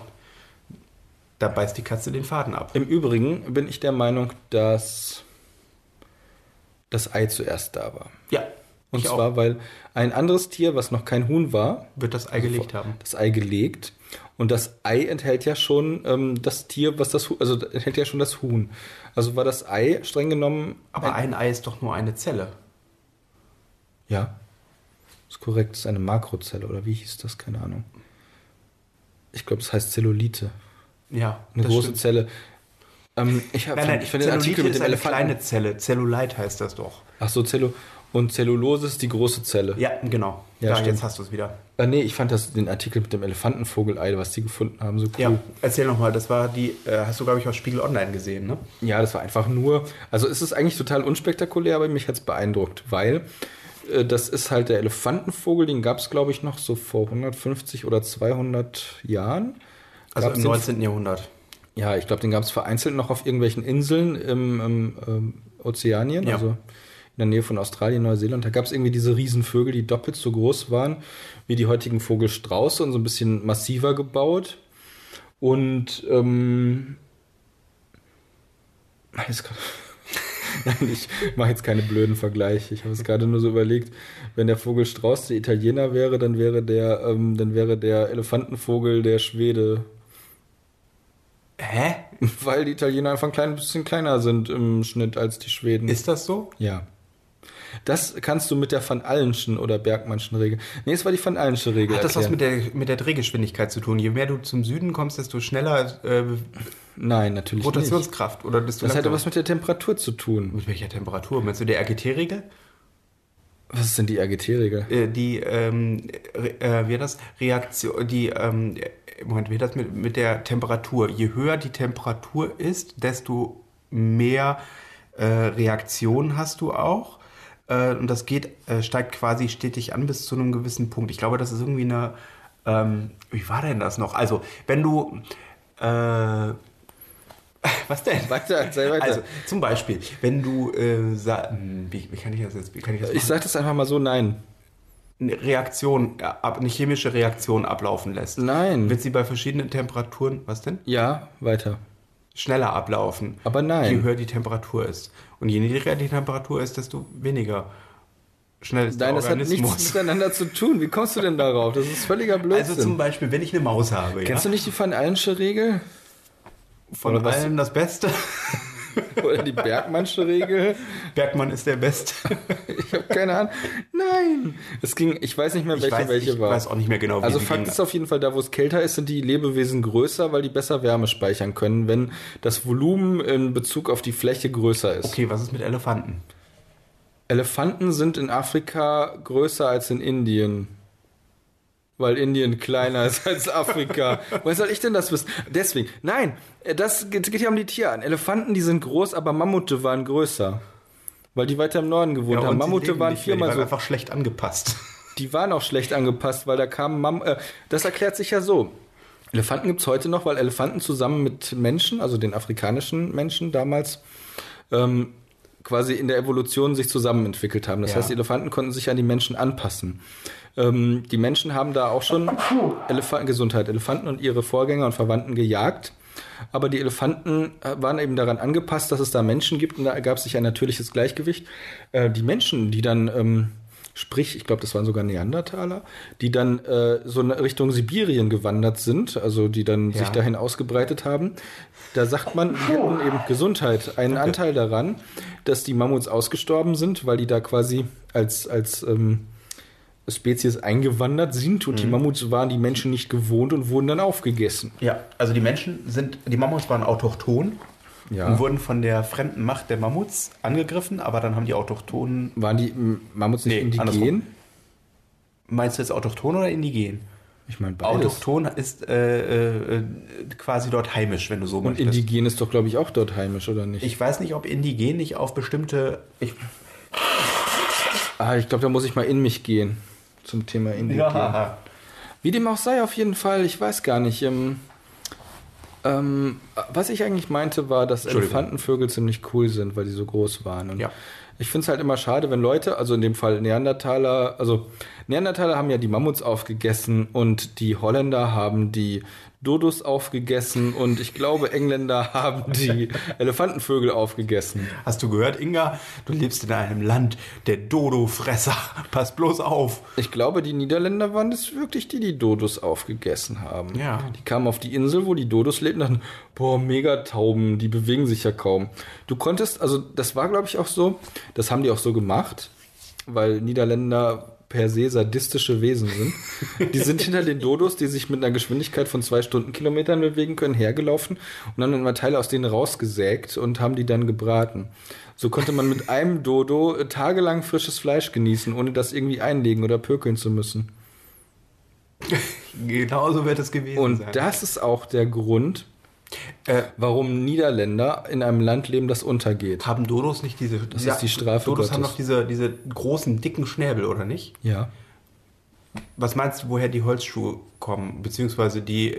Da beißt die Katze den Faden ab. Im Übrigen bin ich der Meinung, dass das Ei zuerst da war. Ja. Und ich zwar, auch. weil ein anderes Tier, was noch kein Huhn war, Wird das Ei gelegt haben. das Ei gelegt. Und das Ei enthält ja schon das Tier, also enthält ja schon das Huhn. Also war das Ei streng genommen. Aber ein Ei ist doch nur eine Zelle. Ja, ist korrekt. Das ist eine Makrozelle oder wie hieß das? Keine Ahnung. Ich glaube, das heißt Zellulite. Ja, Eine das große stimmt. Zelle. Ich Nein, finde den Artikel mit ist dem eine Elefanten. kleine Zelle. Zellulite heißt das doch. Ach so, und Zellulose ist die große Zelle. Ja, genau. Ja, da, stimmt. jetzt hast du es wieder. Nee, ich fand den Artikel mit dem Elefantenvogelei, was die gefunden haben, so cool. Ja, erzähl nochmal, das war die, hast du, glaube ich, auf Spiegel Online gesehen, ne? Ja, das war einfach nur, also es ist eigentlich total unspektakulär, aber mich hat es beeindruckt, weil das ist halt der Elefantenvogel, den gab es, glaube ich, noch so vor 150 oder 200 Jahren. Also Gab's im den- 19. Jahrhundert. Ja, ich glaube, den gab es vereinzelt noch auf irgendwelchen Inseln im Ozeanien, Ja. also in der Nähe von Australien, Neuseeland. Da gab es irgendwie diese Riesenvögel, die doppelt so groß waren wie die heutigen Vogelstrauße und so ein bisschen massiver gebaut. Und Ich mache jetzt keine blöden Vergleiche. Ich habe es gerade nur so überlegt, wenn der Vogel Strauß der Italiener wäre, dann wäre der Elefantenvogel der Schwede. Hä? Weil die Italiener einfach ein klein bisschen kleiner sind im Schnitt als die Schweden. Ist das so? Ja. Das kannst du mit der Van Allenschen oder Bergmannschen Regel. Nee, es war die Van Allensche Regel. Hat das was mit der Drehgeschwindigkeit zu tun? Je mehr du zum Süden kommst, desto schneller Nein, natürlich Rotationskraft. Oder desto nicht. Das hat langsamer. was mit der Temperatur zu tun. Mit welcher Temperatur? Meinst du der RGT-Regel? Was ist denn die RGT-Regel? Wie das? Reaktion, Moment, wie das mit der Temperatur? Je höher die Temperatur ist, desto mehr Reaktion hast du auch. Und das steigt quasi stetig an bis zu einem gewissen Punkt. Ich glaube, das ist irgendwie eine, wie war denn das noch? Also, wenn du, was denn? Sei weiter. Also, zum Beispiel, wenn du, wie kann ich das jetzt, Ich sag das einfach mal so, nein. eine eine chemische Reaktion ablaufen lässt. Nein. Wird sie bei verschiedenen Temperaturen, was denn? Ja, weiter. Schneller ablaufen. Aber nein. Je höher die Temperatur ist. Und je niedriger die Temperatur ist, desto weniger schnell ist der Nein, das hat Organismus. nichts miteinander zu tun. Wie kommst du denn darauf? Das ist völliger Blödsinn. Also zum Beispiel, wenn ich eine Maus habe. Kennst du nicht die Van Allensche Regel? Von oder was? allen das Beste? Oder die Bergmannsche Regel? Bergmann ist der Beste. Ich habe keine Ahnung. Nein. Ich weiß nicht mehr, welche war. Ich weiß auch nicht mehr genau, wie Also sie Fakt ging. ist auf jeden Fall, da wo es kälter ist, sind die Lebewesen größer, weil die besser Wärme speichern können, wenn das Volumen in Bezug auf die Fläche größer ist. Okay, was ist mit Elefanten? Elefanten sind in Afrika größer als in Indien. Weil Indien kleiner ist als Afrika. Woher soll ich denn das wissen? Deswegen, nein, das geht ja um die Tierarten. Elefanten, die sind groß, aber Mammute waren größer. Weil die weiter im Norden gewohnt haben. und sie Mammute leben waren nicht mehr, viermal die so. waren einfach schlecht angepasst. Die waren auch schlecht angepasst, weil da kamen das erklärt sich ja so. Elefanten gibt es heute noch, weil Elefanten zusammen mit Menschen, also den afrikanischen Menschen damals, quasi in der Evolution sich zusammen entwickelt haben. Das heißt, die Elefanten konnten sich an die Menschen anpassen. Die Menschen haben da auch schon Elefanten und ihre Vorgänger und Verwandten gejagt. Aber die Elefanten waren eben daran angepasst, dass es da Menschen gibt und da ergab sich ein natürliches Gleichgewicht. Die Menschen, die dann, sprich, ich glaube, das waren sogar Neandertaler, die dann so in Richtung Sibirien gewandert sind, also die dann sich dahin ausgebreitet haben, da sagt man, die hätten eben Gesundheit einen Anteil daran, dass die Mammuts ausgestorben sind, weil die da quasi als Spezies eingewandert sind und die Mammuts waren die Menschen nicht gewohnt und wurden dann aufgegessen. Ja, also die Mammuts waren autochthon und wurden von der fremden Macht der Mammuts angegriffen, aber dann haben die Autochtonen... Waren die Mammuts nicht indigen? Andersrum. Meinst du jetzt autochthon oder indigen? Ich meine beides. Autochthon ist quasi dort heimisch, wenn du so Und möchtest. indigen ist doch, glaube ich, auch dort heimisch, oder nicht? Ich weiß nicht, ob indigen nicht auf bestimmte... Ich glaube, da muss ich mal in mich gehen zum Thema indigen. Ja. Wie dem auch sei, auf jeden Fall, ich weiß gar nicht. Was ich eigentlich meinte, war, dass Elefantenvögel ziemlich cool sind, weil die so groß waren. Und ich finde es halt immer schade, wenn Leute, also in dem Fall Neandertaler haben ja die Mammuts aufgegessen und die Holländer haben die Dodos aufgegessen und ich glaube, Engländer haben die Elefantenvögel aufgegessen. Hast du gehört, Inga? Du lebst in einem Land der Dodo-Fresser. Pass bloß auf. Ich glaube, die Niederländer waren es wirklich, die Dodos aufgegessen haben. Ja. Die kamen auf die Insel, wo die Dodos lebten und dachten, boah, Megatauben, die bewegen sich ja kaum. Du konntest, also das war, glaube ich, auch so, das haben die auch so gemacht, weil Niederländer per se sadistische Wesen sind. Die sind hinter den Dodos, die sich mit einer Geschwindigkeit von 2 Stundenkilometern bewegen können, hergelaufen und haben dann immer Teile aus denen rausgesägt und haben die dann gebraten. So konnte man mit einem Dodo tagelang frisches Fleisch genießen, ohne das irgendwie einlegen oder pökeln zu müssen. Genauso wird es gewesen sein. Und das ist auch der Grund, warum Niederländer in einem Land leben, das untergeht. Haben Dodos nicht diese... Das ist die Strafe Dodos Gottes. haben noch diese großen, dicken Schnäbel, oder nicht? Ja. Was meinst du, woher die Holzschuhe kommen? Beziehungsweise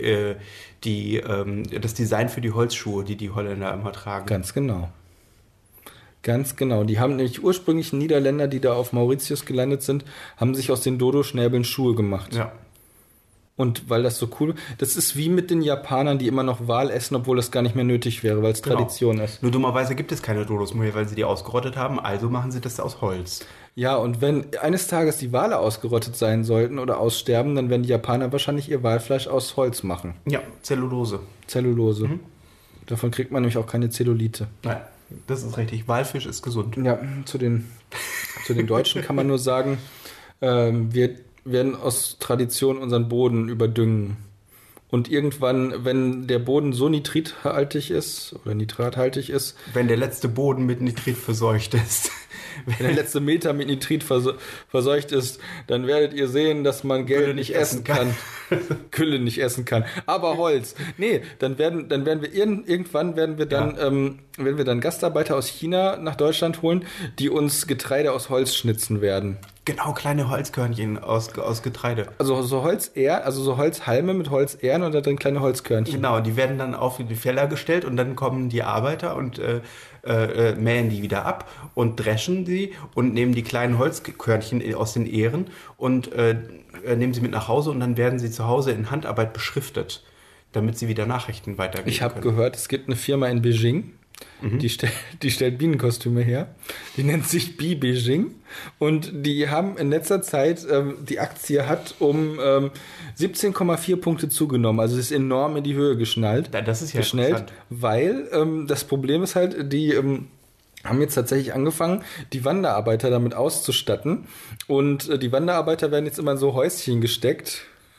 das Design für die Holzschuhe, die Holländer immer tragen? Ganz genau. Ganz genau. Die haben nämlich ursprünglich Niederländer, die da auf Mauritius gelandet sind, haben sich aus den Dodo-Schnäbeln Schuhe gemacht. Ja. Und weil das so cool, das ist wie mit den Japanern, die immer noch Wal essen, obwohl das gar nicht mehr nötig wäre, weil es Tradition ist. Nur dummerweise gibt es keine Dodosmuhe, weil sie die ausgerottet haben, also machen sie das aus Holz. Ja, und wenn eines Tages die Wale ausgerottet sein sollten oder aussterben, dann werden die Japaner wahrscheinlich ihr Walfleisch aus Holz machen. Ja, Zellulose. Zellulose. Davon kriegt man nämlich auch keine Zellulite. Nein, das ist richtig. Walfisch ist gesund. Ja, zu den Deutschen kann man nur sagen, wir werden aus Tradition unseren Boden überdüngen. Und irgendwann, wenn der Boden so nitrithaltig ist oder nitrathaltig ist, Wenn der letzte Boden mit Nitrit verseucht ist. wenn der letzte Meter mit Nitrit verseucht ist, dann werdet ihr sehen, dass man Geld nicht essen kann. Gülle nicht essen kann. Aber Holz. Nee, dann werden wir irgendwann werden wir dann Gastarbeiter aus China nach Deutschland holen, die uns Getreide aus Holz schnitzen werden. Genau, kleine Holzkörnchen aus Getreide. Also so Holzhalme mit Holzähren und da drin kleine Holzkörnchen. Genau, die werden dann auf die Felder gestellt und dann kommen die Arbeiter und mähen die wieder ab und dreschen sie und nehmen die kleinen Holzkörnchen aus den Ähren und nehmen sie mit nach Hause und dann werden sie zu Hause in Handarbeit beschriftet, damit sie wieder Nachrichten weitergeben Ich habe können. gehört, es gibt eine Firma in Beijing, die stellt Bienenkostüme her. Die nennt sich Bi Beijing und die haben in letzter Zeit, die Aktie hat um 17,4 Punkte zugenommen. Also es ist enorm in die Höhe geschnellt. Das ist ja interessant. Weil das Problem ist halt, die haben jetzt tatsächlich angefangen, die Wanderarbeiter damit auszustatten. Und die Wanderarbeiter werden jetzt immer in so Häuschen gesteckt.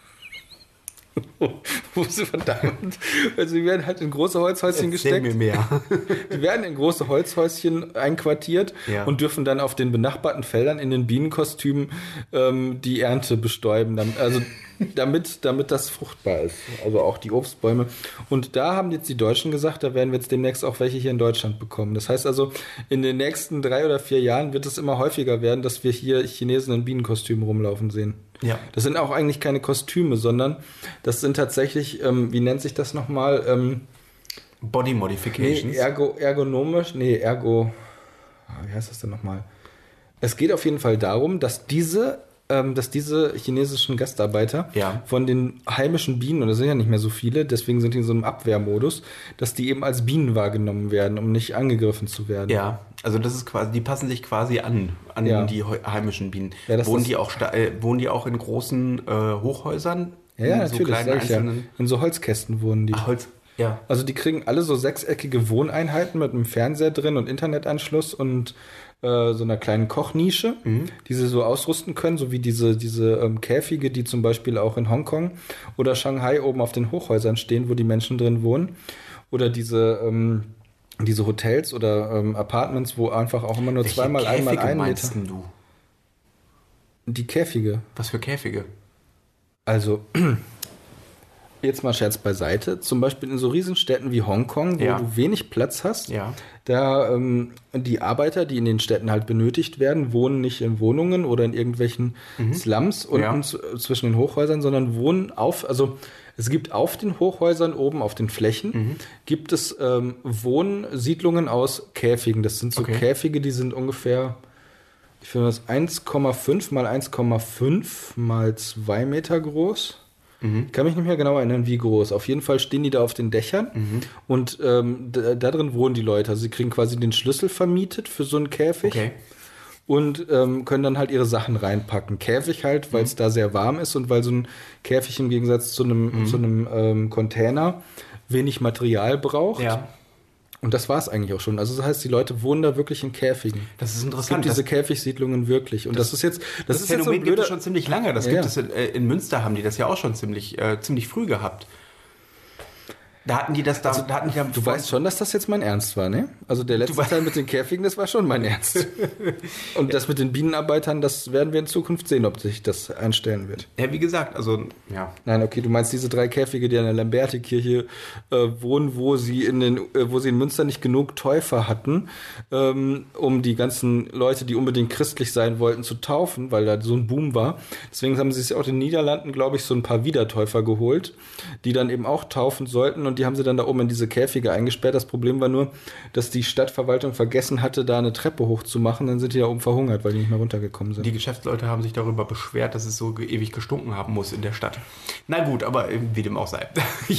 Wo sie verdammt. Also die werden halt in große Holzhäuschen Erzähl gesteckt. mir mehr. Die werden in große Holzhäuschen einquartiert und dürfen dann auf den benachbarten Feldern in den Bienenkostümen die Ernte bestäuben. Damit das fruchtbar ist. Also auch die Obstbäume. Und da haben jetzt die Deutschen gesagt, da werden wir jetzt demnächst auch welche hier in Deutschland bekommen. Das heißt also, in den nächsten 3 oder 4 Jahren wird es immer häufiger werden, dass wir hier Chinesen in Bienenkostümen rumlaufen sehen. Ja. Das sind auch eigentlich keine Kostüme, sondern das sind tatsächlich, wie nennt sich das nochmal? Body Modifications. Wie heißt das denn nochmal? Es geht auf jeden Fall darum, dass diese chinesischen Gastarbeiter von den heimischen Bienen, und das sind ja nicht mehr so viele, deswegen sind die in so einem Abwehrmodus, dass die eben als Bienen wahrgenommen werden, um nicht angegriffen zu werden. Ja, also das ist quasi, die passen sich quasi an die heimischen Bienen. Ja, wohnen die auch in großen Hochhäusern? Ja, in so natürlich. kleinen einzelnen... Ja. In so Holzkästen wohnen die. Ach, Holz. Ja. Also die kriegen alle so 6-eckige Wohneinheiten mit einem Fernseher drin und Internetanschluss und so einer kleinen Kochnische, die sie so ausrüsten können, so wie diese Käfige, die zum Beispiel auch in Hongkong oder Shanghai oben auf den Hochhäusern stehen, wo die Menschen drin wohnen. Oder diese Hotels oder Apartments, wo einfach auch immer nur Welche zweimal einmal Käfige ein meinst Meter. du? Die Käfige. Was für Käfige? Also, jetzt mal Scherz beiseite. Zum Beispiel in so Riesenstädten wie Hongkong, wo du wenig Platz hast, da die Arbeiter, die in den Städten halt benötigt werden, wohnen nicht in Wohnungen oder in irgendwelchen Slums unten zwischen den Hochhäusern, sondern wohnen es gibt auf den Hochhäusern oben auf den Flächen, gibt es Wohnsiedlungen aus Käfigen. Das sind so Käfige, die sind ungefähr, ich finde das 1,5 mal 1,5 mal 2 Meter groß. Ich kann mich nicht mehr genau erinnern, wie groß. Auf jeden Fall stehen die da auf den Dächern und da drin wohnen die Leute. Also sie kriegen quasi den Schlüssel vermietet für so einen Käfig und können dann halt ihre Sachen reinpacken. Käfig halt, weil es da sehr warm ist und weil so ein Käfig im Gegensatz zu einem Container wenig Material braucht. Ja. Und das war es eigentlich auch schon. Also das heißt, die Leute wohnen da wirklich in Käfigen. Das ist interessant. Es gibt diese Käfigsiedlungen wirklich. Und das ist jetzt Das Phänomen gibt es schon ziemlich lange. Das gibt es in Münster, haben die das ja auch schon ziemlich früh gehabt. Da hatten die das da. Du weißt schon, dass das jetzt mein Ernst war, ne? Also der letzte Teil mit den Käfigen, das war schon mein Ernst. Und das mit den Bienenarbeitern, das werden wir in Zukunft sehen, ob sich das einstellen wird. Ja, wie gesagt, also, ja. Nein, okay, du meinst diese 3 Käfige, die an der Lamberti-Kirche wohnen, wo sie in Münster nicht genug Täufer hatten, um die ganzen Leute, die unbedingt christlich sein wollten, zu taufen, weil da so ein Boom war. Deswegen haben sie sich auch in den Niederlanden, glaube ich, so ein paar Wiedertäufer geholt, die dann eben auch taufen sollten. Und und die haben sie dann da oben in diese Käfige eingesperrt. Das Problem war nur, dass die Stadtverwaltung vergessen hatte, da eine Treppe hochzumachen. Dann sind die da oben verhungert, weil die nicht mehr runtergekommen sind. Die Geschäftsleute haben sich darüber beschwert, dass es so ewig gestunken haben muss in der Stadt. Na gut, aber wie dem auch sei.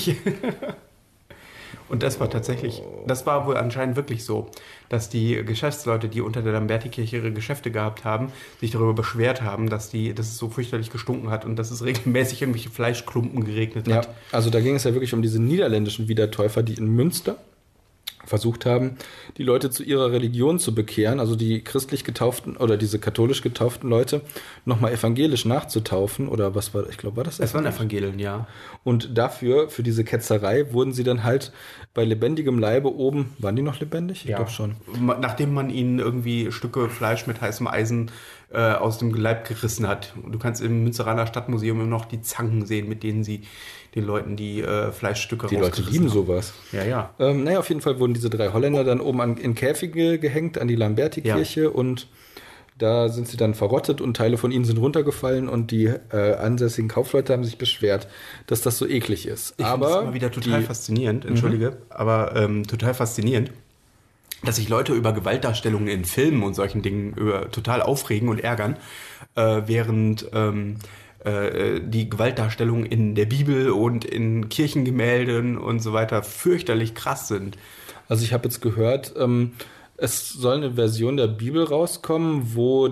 Und das war wohl anscheinend wirklich so, dass die Geschäftsleute, die unter der Lamberti-Kirche ihre Geschäfte gehabt haben, sich darüber beschwert haben, dass es so fürchterlich gestunken hat und dass es regelmäßig irgendwelche Fleischklumpen geregnet hat. Ja, also da ging es ja wirklich um diese niederländischen Wiedertäufer, die in Münster versucht haben, die Leute zu ihrer Religion zu bekehren, also die christlich getauften oder diese katholisch getauften Leute nochmal evangelisch nachzutaufen oder was war, ich glaube, war das? Es waren Evangelien, ja. Und dafür, für diese Ketzerei, wurden sie dann halt bei lebendigem Leibe oben, waren die noch lebendig? Ich glaube schon. Nachdem man ihnen irgendwie Stücke Fleisch mit heißem Eisen aus dem Leib gerissen hat. Und du kannst im Münsteraner Stadtmuseum immer noch die Zangen sehen, mit denen sie den Leuten die Fleischstücke rausgerissen haben. Die Leute lieben sowas. Ja. Naja, auf jeden Fall wurden diese 3 Holländer dann oben in Käfige gehängt, an die Lamberti-Kirche und da sind sie dann verrottet und Teile von ihnen sind runtergefallen und die ansässigen Kaufleute haben sich beschwert, dass das so eklig ist. Ich finde es immer wieder total faszinierend, total faszinierend, dass sich Leute über Gewaltdarstellungen in Filmen und solchen Dingen total aufregen und ärgern, während die Gewaltdarstellungen in der Bibel und in Kirchengemälden und so weiter fürchterlich krass sind. Also ich habe jetzt gehört, es soll eine Version der Bibel rauskommen, wo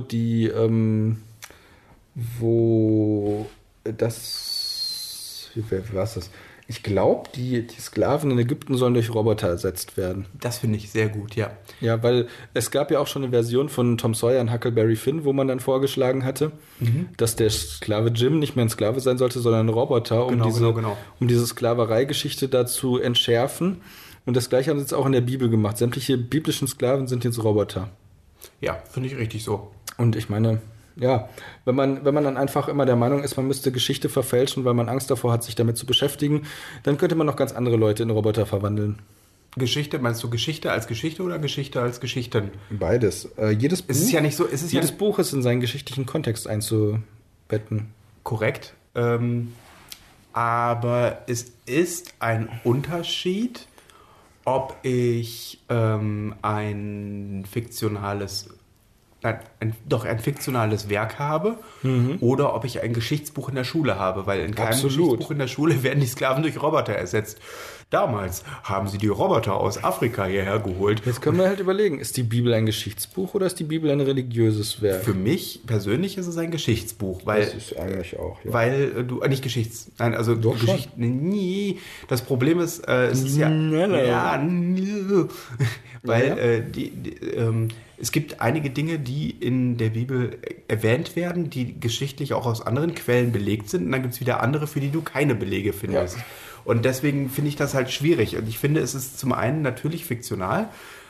was ist das? Ich glaube, die Sklaven in Ägypten sollen durch Roboter ersetzt werden. Das finde ich sehr gut, ja. Ja, weil es gab ja auch schon eine Version von Tom Sawyer und Huckleberry Finn, wo man dann vorgeschlagen hatte, dass der Sklave Jim nicht mehr ein Sklave sein sollte, sondern ein Roboter, um diese Sklavereigeschichte da zu entschärfen. Und das Gleiche haben sie jetzt auch in der Bibel gemacht. Sämtliche biblischen Sklaven sind jetzt Roboter. Ja, finde ich richtig so. Und ich meine, ja, wenn man dann einfach immer der Meinung ist, man müsste Geschichte verfälschen, weil man Angst davor hat, sich damit zu beschäftigen, dann könnte man noch ganz andere Leute in Roboter verwandeln. Geschichte, meinst du Geschichte als Geschichte oder Geschichte als Geschichten? Beides. Jedes Buch ist in seinen geschichtlichen Kontext einzubetten. Korrekt. Aber es ist ein Unterschied, ob ich ein fiktionales Werk habe oder ob ich ein Geschichtsbuch in der Schule habe, weil in keinem Geschichtsbuch in der Schule werden die Sklaven durch Roboter ersetzt. Damals haben sie die Roboter aus Afrika hierher geholt. Jetzt können wir halt überlegen, ist die Bibel ein Geschichtsbuch oder ist die Bibel ein religiöses Werk? Für mich persönlich ist es ein Geschichtsbuch, weil das ist eigentlich auch, ja. Weil du nicht Doch Geschichte. Nee, das Problem ist, es ist es gibt einige Dinge, die in der Bibel erwähnt werden, die geschichtlich auch aus anderen Quellen belegt sind. Und dann gibt es wieder andere, für die du keine Belege findest. Ja. Und deswegen finde ich das halt schwierig. Und ich finde, es ist zum einen natürlich fiktional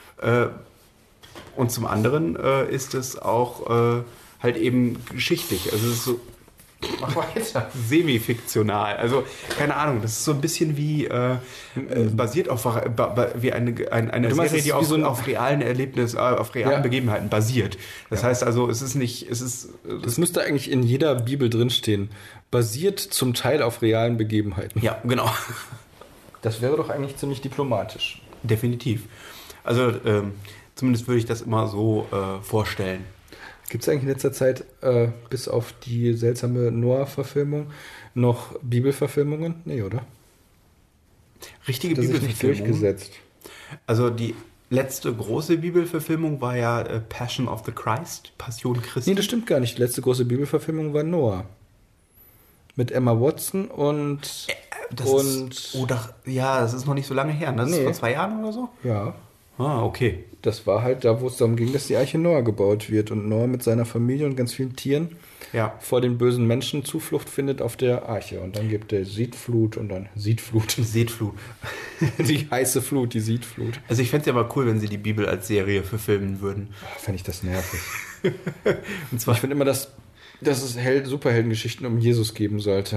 und zum anderen ist es auch halt eben geschichtlich. Also es ist so semi-fiktional. Also, keine Ahnung, das ist so ein bisschen wie basiert auf wie eine Serie, die auf realen Erlebnissen, auf realen Begebenheiten basiert. Das heißt also, das müsste eigentlich in jeder Bibel drinstehen. Basiert zum Teil auf realen Begebenheiten. Ja, genau. Das wäre doch eigentlich ziemlich diplomatisch. Definitiv. Also, zumindest würde ich das immer so vorstellen. Gibt es eigentlich in letzter Zeit, bis auf die seltsame Noah-Verfilmung, noch Bibelverfilmungen? Nee, oder? Richtige Bibelverfilmungen? Durchgesetzt. Also die letzte große Bibelverfilmung war ja Passion of the Christ, Passion Christi. Nee, das stimmt gar nicht. Die letzte große Bibelverfilmung war Noah. Mit Emma Watson und... das ist noch nicht so lange her. Das ist vor 2 Jahren oder so? Ja. Ah, okay. Das war halt da, wo es darum ging, dass die Arche Noah gebaut wird und Noah mit seiner Familie und ganz vielen Tieren vor den bösen Menschen Zuflucht findet auf der Arche. Und dann gibt er Siedflut und dann Siedflut. Die heiße Flut, die Siedflut. Also ich fände es ja mal cool, wenn sie die Bibel als Serie verfilmen würden. Fände ich das nervig. Und zwar, ich finde immer, dass es Superheldengeschichten um Jesus geben sollte.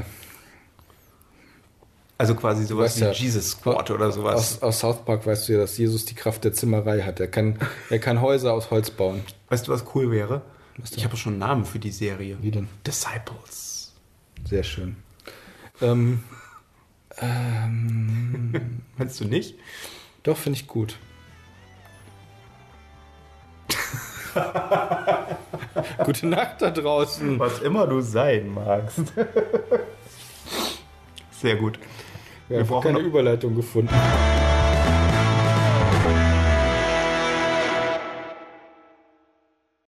Also quasi sowas wie Jesus Squad oder sowas. Aus South Park weißt du ja, dass Jesus die Kraft der Zimmerei hat. Er kann Häuser aus Holz bauen. Weißt du, was cool wäre? Ich habe schon einen Namen für die Serie. Wie denn? Disciples. Sehr schön. Meinst du nicht? Doch, finde ich gut. Gute Nacht da draußen. Was immer du sein magst. Sehr gut. Wir haben keine Überleitung gefunden.